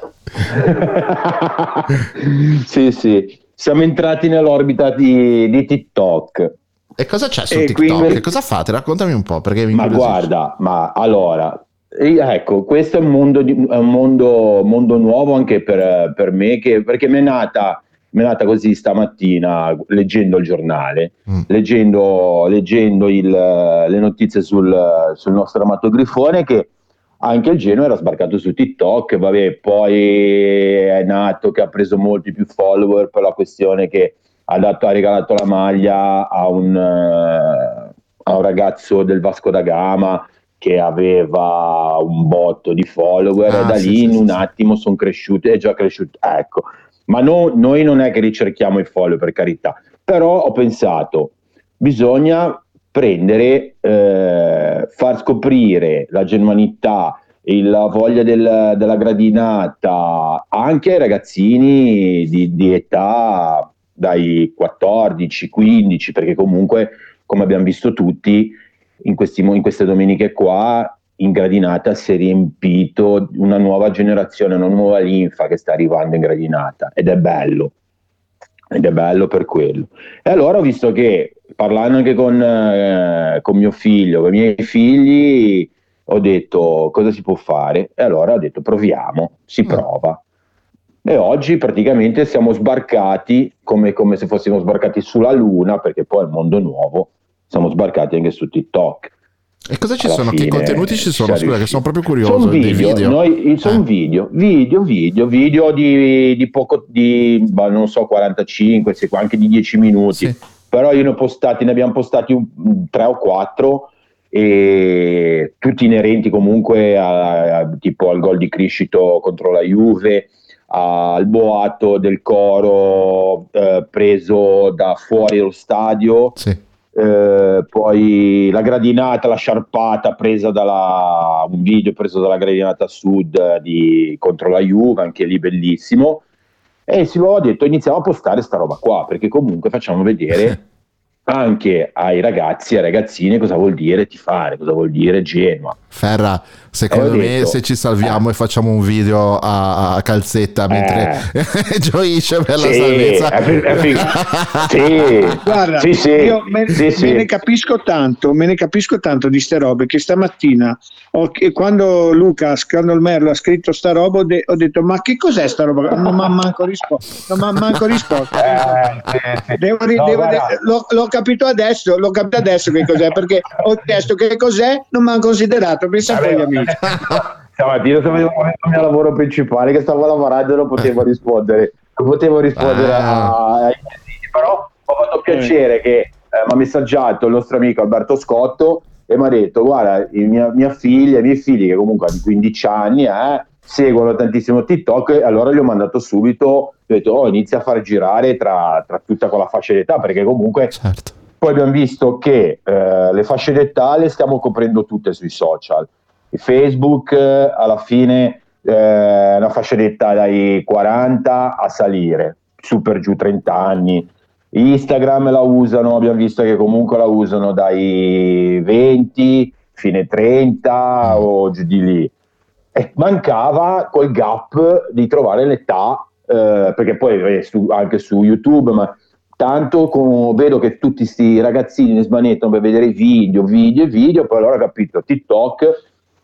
Sì, sì, siamo entrati nell'orbita di, di TikTok. E cosa c'è su E TikTok? quindi- Che cosa fate? Raccontami un po', perché mi Ma incuriosisce. guarda, ma allora, eh, ecco, questo è un mondo, di- è un mondo, mondo nuovo anche per, per me, che, perché mi è nata, mi è nata così stamattina leggendo il giornale, Mm. leggendo, leggendo il, le notizie sul, sul nostro amato Grifone, che anche il Genoa era sbarcato su TikTok. Vabbè, poi è nato che ha preso molti più follower per la questione che ha, dato, ha regalato la maglia a un, eh, a un ragazzo del Vasco da Gama che aveva un botto di follower, Ah, e da sì, lì sì, in sì, un sì. attimo sono cresciuti, è già cresciuto, ecco. Ma no- noi non è che ricerchiamo i follower, per carità, però ho pensato, bisogna prendere, eh, far scoprire la genuinità e la voglia del- della gradinata anche ai ragazzini di, di età dai quattordici quindici, perché comunque, come abbiamo visto tutti, in, questi, mo- in queste domeniche qua, in gradinata si è riempito una nuova generazione, una nuova linfa che sta arrivando in gradinata, ed è bello, ed è bello per quello. E allora ho visto che, parlando anche con, eh, con mio figlio, con i miei figli, ho detto cosa si può fare, e allora ho detto proviamo, si Mm. prova. E oggi praticamente siamo sbarcati come, come se fossimo sbarcati sulla Luna, perché poi è il mondo nuovo, siamo sbarcati anche su TikTok. E cosa ci Alla sono? Che fine contenuti ci sono? siamo Scusa, che riusciti. sono proprio curioso. Sono Dei video, video? noi- sono Eh. video, video, video, video di, di poco, di bah, non so, quarantacinque, se- anche di dieci minuti. Sì. Però io ne ho postati, ne abbiamo postati un, tre o quattro, e tutti inerenti comunque a, a- tipo al gol di Criscito contro la Juve, al boato del coro eh, preso da fuori dallo stadio. Sì. Eh, poi la gradinata, la sciarpata presa dalla, un video preso dalla gradinata sud di, contro la Juve, anche lì bellissimo. E si ho detto iniziamo a postare sta roba qua, perché comunque facciamo vedere anche ai ragazzi e ai ragazzini cosa vuol dire tifare, cosa vuol dire Genoa. Ferra, secondo E ho me detto, se ci salviamo eh. e facciamo un video a, a calzetta mentre gioisce per la Sì, salvezza. è fi- è fi- sì, Guarda, sì, sì, io me, sì, sì. me ne capisco tanto, me ne capisco tanto di ste robe che stamattina ho- che quando Luca Scandal Merlo ha scritto sta roba ho, de- ho detto ma che cos'è sta roba? Non mi ha manco risposto, non mi ha manco risposto. Eh, sì, sì. Devo ri- No, devo- guarda, de- l'ho, l'ho capito adesso, l'ho capito adesso che cos'è, perché ho chiesto che cos'è, non mi hanno considerato, pensa a voi gli amici. stamattina stavo facendo il mio lavoro principale, che stavo lavorando e non potevo rispondere, non potevo rispondere Ah. a- ai messaggi, però ho fatto piacere che eh, mi ha messaggiato il nostro amico Alberto Scotto e mi ha detto guarda, il mia, mia figlia, i miei figli che comunque hanno quindici anni eh, seguono tantissimo TikTok, e allora gli ho mandato subito, gli ho detto oh, inizia a far girare tra, tra tutta quella fascia d'età, perché comunque Certo. poi abbiamo visto che eh, le fasce d'età le stiamo coprendo tutte sui social. Facebook eh, alla fine eh, è una fascia d'età dai quaranta a salire, su per giù trenta anni. Instagram la usano, abbiamo visto che comunque la usano dai venti, fine trenta o giù di lì. E mancava quel gap di trovare l'età, eh, perché poi eh, su- anche su YouTube, ma tanto con- vedo che tutti sti ragazzini ne smanettano per vedere video, video e video, poi allora ho capito TikTok.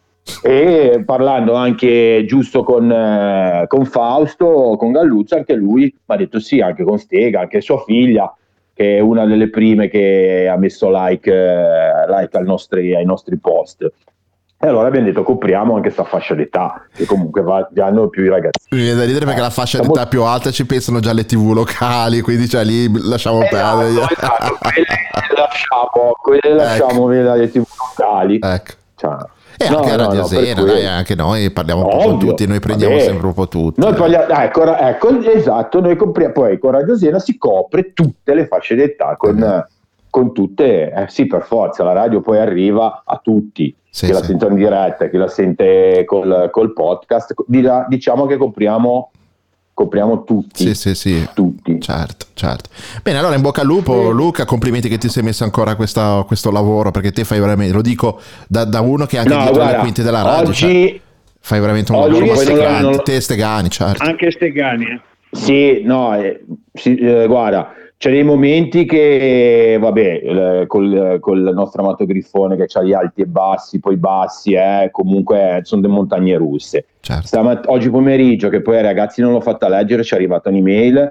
E parlando anche giusto con, eh, con Fausto, con Galluzzo, anche lui mi ha detto sì, anche con Stega, anche sua figlia, che è una delle prime che ha messo like, eh, like ai, nostri, ai nostri post. E allora abbiamo detto copriamo anche questa fascia d'età, che comunque va, hanno più i ragazzi. Mi viene da ridere perché la fascia Siamo- d'età più alta ci pensano già le tivù locali, quindi cioè lì lasciamo Esatto, perdere. esatto, quelle le lasciamo, quelle le lasciamo Ecco. alle tivù locali. Ecco. Cioè, E No, anche a no, Radio no, per Zena, quello. dai, anche noi parliamo un po' con Ovvio, tutti, noi prendiamo vabbè. sempre un po' tutti. Noi parliamo, ecco, ecco, esatto, noi compriamo, poi con Radio Zena si copre tutte le fasce d'età con, Eh. con tutte, eh, sì, per forza, la radio poi arriva a tutti, Sì, chi la sì. sente in diretta, chi la sente col, col podcast, Dirà- diciamo che copriamo, copriamo tutti, Sì, sì, sì. tutti. Certo, certo. Bene, allora in bocca al lupo, Luca, complimenti che ti sei messo ancora a questa- questo lavoro, perché te fai veramente, lo dico da, da uno che è anche No, dietro le guarda, quinte della radio, cioè, oggi, fai veramente un oggi lavoro poi non- masticante, non- te Stegani, certo. Anche Stegani. eh. Sì, no, eh, sì, eh, guarda, c'è dei momenti che, vabbè, eh, col, col nostro amato Grifone che ha gli alti e bassi, poi bassi, eh, comunque sono delle montagne russe. Certo. Stamat- oggi pomeriggio, che poi ai ragazzi non l'ho fatta leggere, ci è arrivata un'email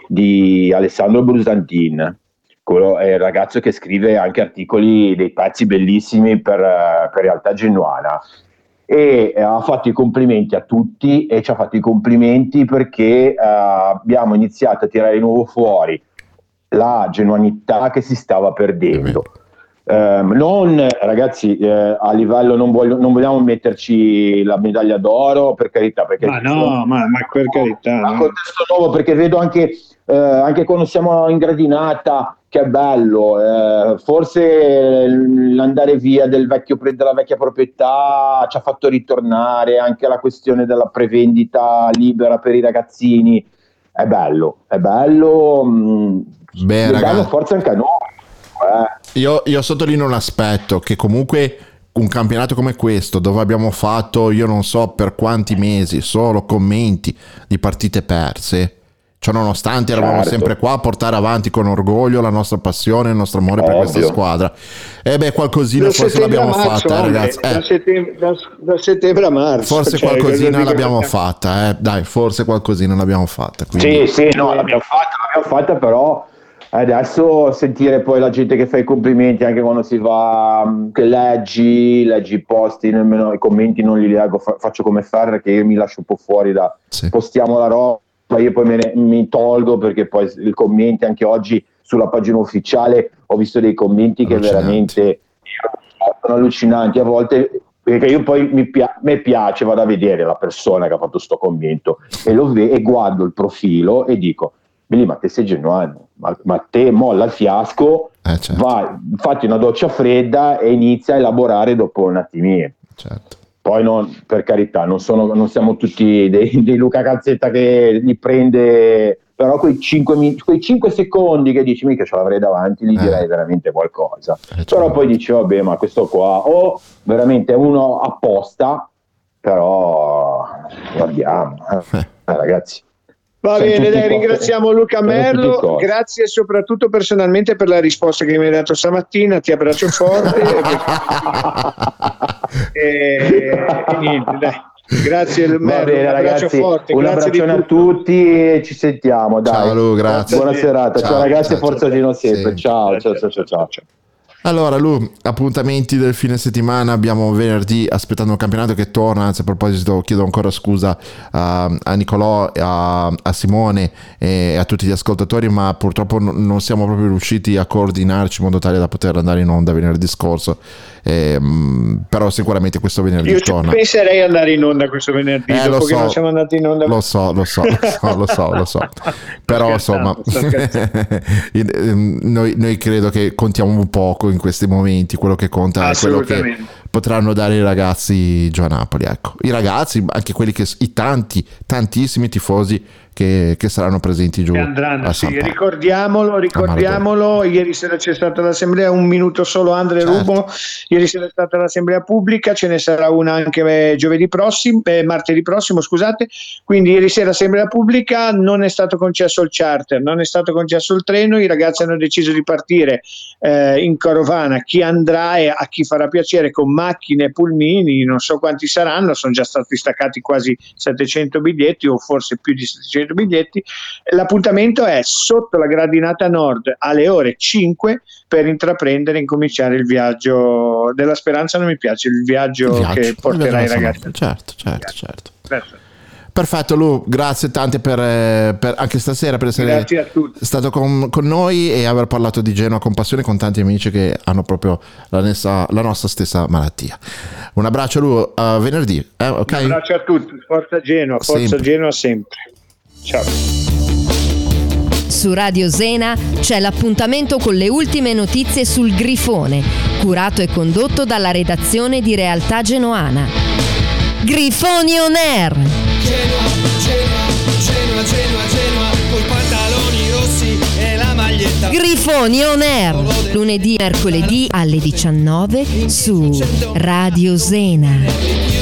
di Alessandro Brusantin, quello è il ragazzo che scrive anche articoli, dei pezzi bellissimi per, eh, per Realtà Genuana. E eh, ha fatto i complimenti a tutti e ci ha fatto i complimenti perché eh, abbiamo iniziato a tirare di nuovo fuori la genuinità che si stava perdendo. Ehm, non, ragazzi, eh, a livello non, voglio, non vogliamo metterci la medaglia d'oro, per carità, perché Ma no, ma, ma per carità. a no. contesto nuovo, perché vedo anche, eh, anche quando siamo in gradinata che è bello, eh, forse l'andare via del vecchio, della vecchia proprietà ci ha fatto ritornare, anche la questione della prevendita libera per i ragazzini è bello, è bello, mh, Beh, è bello, ragazzi, forza anche a noi, eh. io, io sottolineo un aspetto, che comunque un campionato come questo, dove abbiamo fatto io non so per quanti mesi solo commenti di partite perse, cioè nonostante eravamo Certo. sempre qua a portare avanti con orgoglio la nostra passione, il nostro amore per questa Ovvio. squadra, e beh qualcosina Da forse settembre a l'abbiamo marzo, fatta, eh, Andre, ragazzi, da, eh, settembre, da, da settembre a marzo. forse cioè, qualcosina cosa l'abbiamo dico? fatta, eh, dai, forse qualcosina l'abbiamo fatta, quindi... Sì, sì, no, l'abbiamo fatta, l'abbiamo fatta, però adesso sentire poi la gente che fa i complimenti anche quando si va, mh, che leggi, leggi i posti, nemmeno i commenti non li leggo, fa- faccio come Ferrer che io mi lascio un po' fuori da Sì. postiamo la roba, io poi me ne, mi tolgo perché poi i commenti anche oggi sulla pagina ufficiale ho visto dei commenti che Allucinanti. veramente sono allucinanti a volte, perché io poi mi, pia- mi piace, vado a vedere la persona che ha fatto sto commento e, lo ve- e guardo il profilo e dico Billy, ma te sei genuino, ma, ma te molla il fiasco, Eh, certo, vai, fatti una doccia fredda e inizia a elaborare dopo un attimino. certo. Poi non, per carità, non, sono, non siamo tutti dei, dei Luca Calzetta che li prende, però quei cinque, quei cinque secondi che dici mica ce l'avrei davanti, gli Eh. direi veramente qualcosa. Eh, certo. Però poi dici vabbè, ma questo qua o veramente uno apposta, però guardiamo, eh, eh, ragazzi. Va Siamo bene, tutti dai, cose- ringraziamo Luca siamo tutti Merlo, cose. grazie soprattutto personalmente per la risposta che mi hai dato stamattina, ti abbraccio forte. e, e niente, dai. Grazie Va Merlo, bene un abbraccio ragazzi, forte, un grazie di abbraccione a tutto. tutti e ci sentiamo, dai. Ciao Lu, grazie. Buona serata, ciao, Ciao, ragazzi ciao, e forza ciao. Gino sempre. Sì. Ciao, ciao, ciao, ciao, ciao. Allora Lu, appuntamenti del fine settimana, abbiamo venerdì aspettando un campionato che torna, anzi a proposito chiedo ancora scusa a, a Nicolò, a, a Simone e a tutti gli ascoltatori, ma purtroppo non non siamo proprio riusciti a coordinarci in modo tale da poter andare in onda venerdì scorso, Ehm, però sicuramente questo venerdì Io ci torna. penserei ad andare in onda questo venerdì, Eh, lo dopo che so. non siamo andati in onda. Lo so, lo so, lo so, lo so, lo so. Però insomma, sto scherzando. noi, noi credo che contiamo un poco in questi momenti, quello che conta è quello che Assolutamente. potranno dare i ragazzi giù a Napoli, ecco. I ragazzi, anche quelli che, i tanti, tantissimi tifosi che, che saranno presenti giù Che andranno, a sì, San Paolo. ricordiamolo, ricordiamolo, ieri sera c'è stata l'assemblea, un minuto solo Andre Certo. Rubo, ieri sera è stata l'assemblea pubblica, ce ne sarà una anche eh, giovedì prossimo, eh, martedì prossimo scusate, quindi ieri sera assemblea pubblica, non è stato concesso il charter, non è stato concesso il treno, i ragazzi hanno deciso di partire eh, in carovana, chi andrà e a chi farà piacere con macchine, pulmini, non so quanti saranno, sono già stati staccati quasi settecento biglietti o forse più di settecento biglietti. L'appuntamento è sotto la gradinata nord alle ore cinque per intraprendere e incominciare il viaggio della speranza, non mi piace, il viaggio, Il viaggio, che porterà i il viaggio della ragazzi. San Paolo. Certo, certo, certo. Perfetto. Perfetto Lu, grazie tante per, eh, per anche stasera per essere Grazie a tutti. stato con, con noi e aver parlato di Genoa con passione con tanti amici che hanno proprio la, nessa- la nostra stessa malattia. Un abbraccio a lui, a venerdì, eh, ok? Un abbraccio a tutti, forza Genoa, forza Sempre. Genoa sempre. Ciao. Su Radio Zena c'è l'appuntamento con le ultime notizie sul Grifone, curato e condotto dalla redazione di Realtà Genoana. Grifoni on air! Genoa, Genoa, Genoa, Genoa, Genoa, coi pantaloni rossi e la maglietta. Grifoni on air! Lunedì e mercoledì alle diciannove su Radio Zena.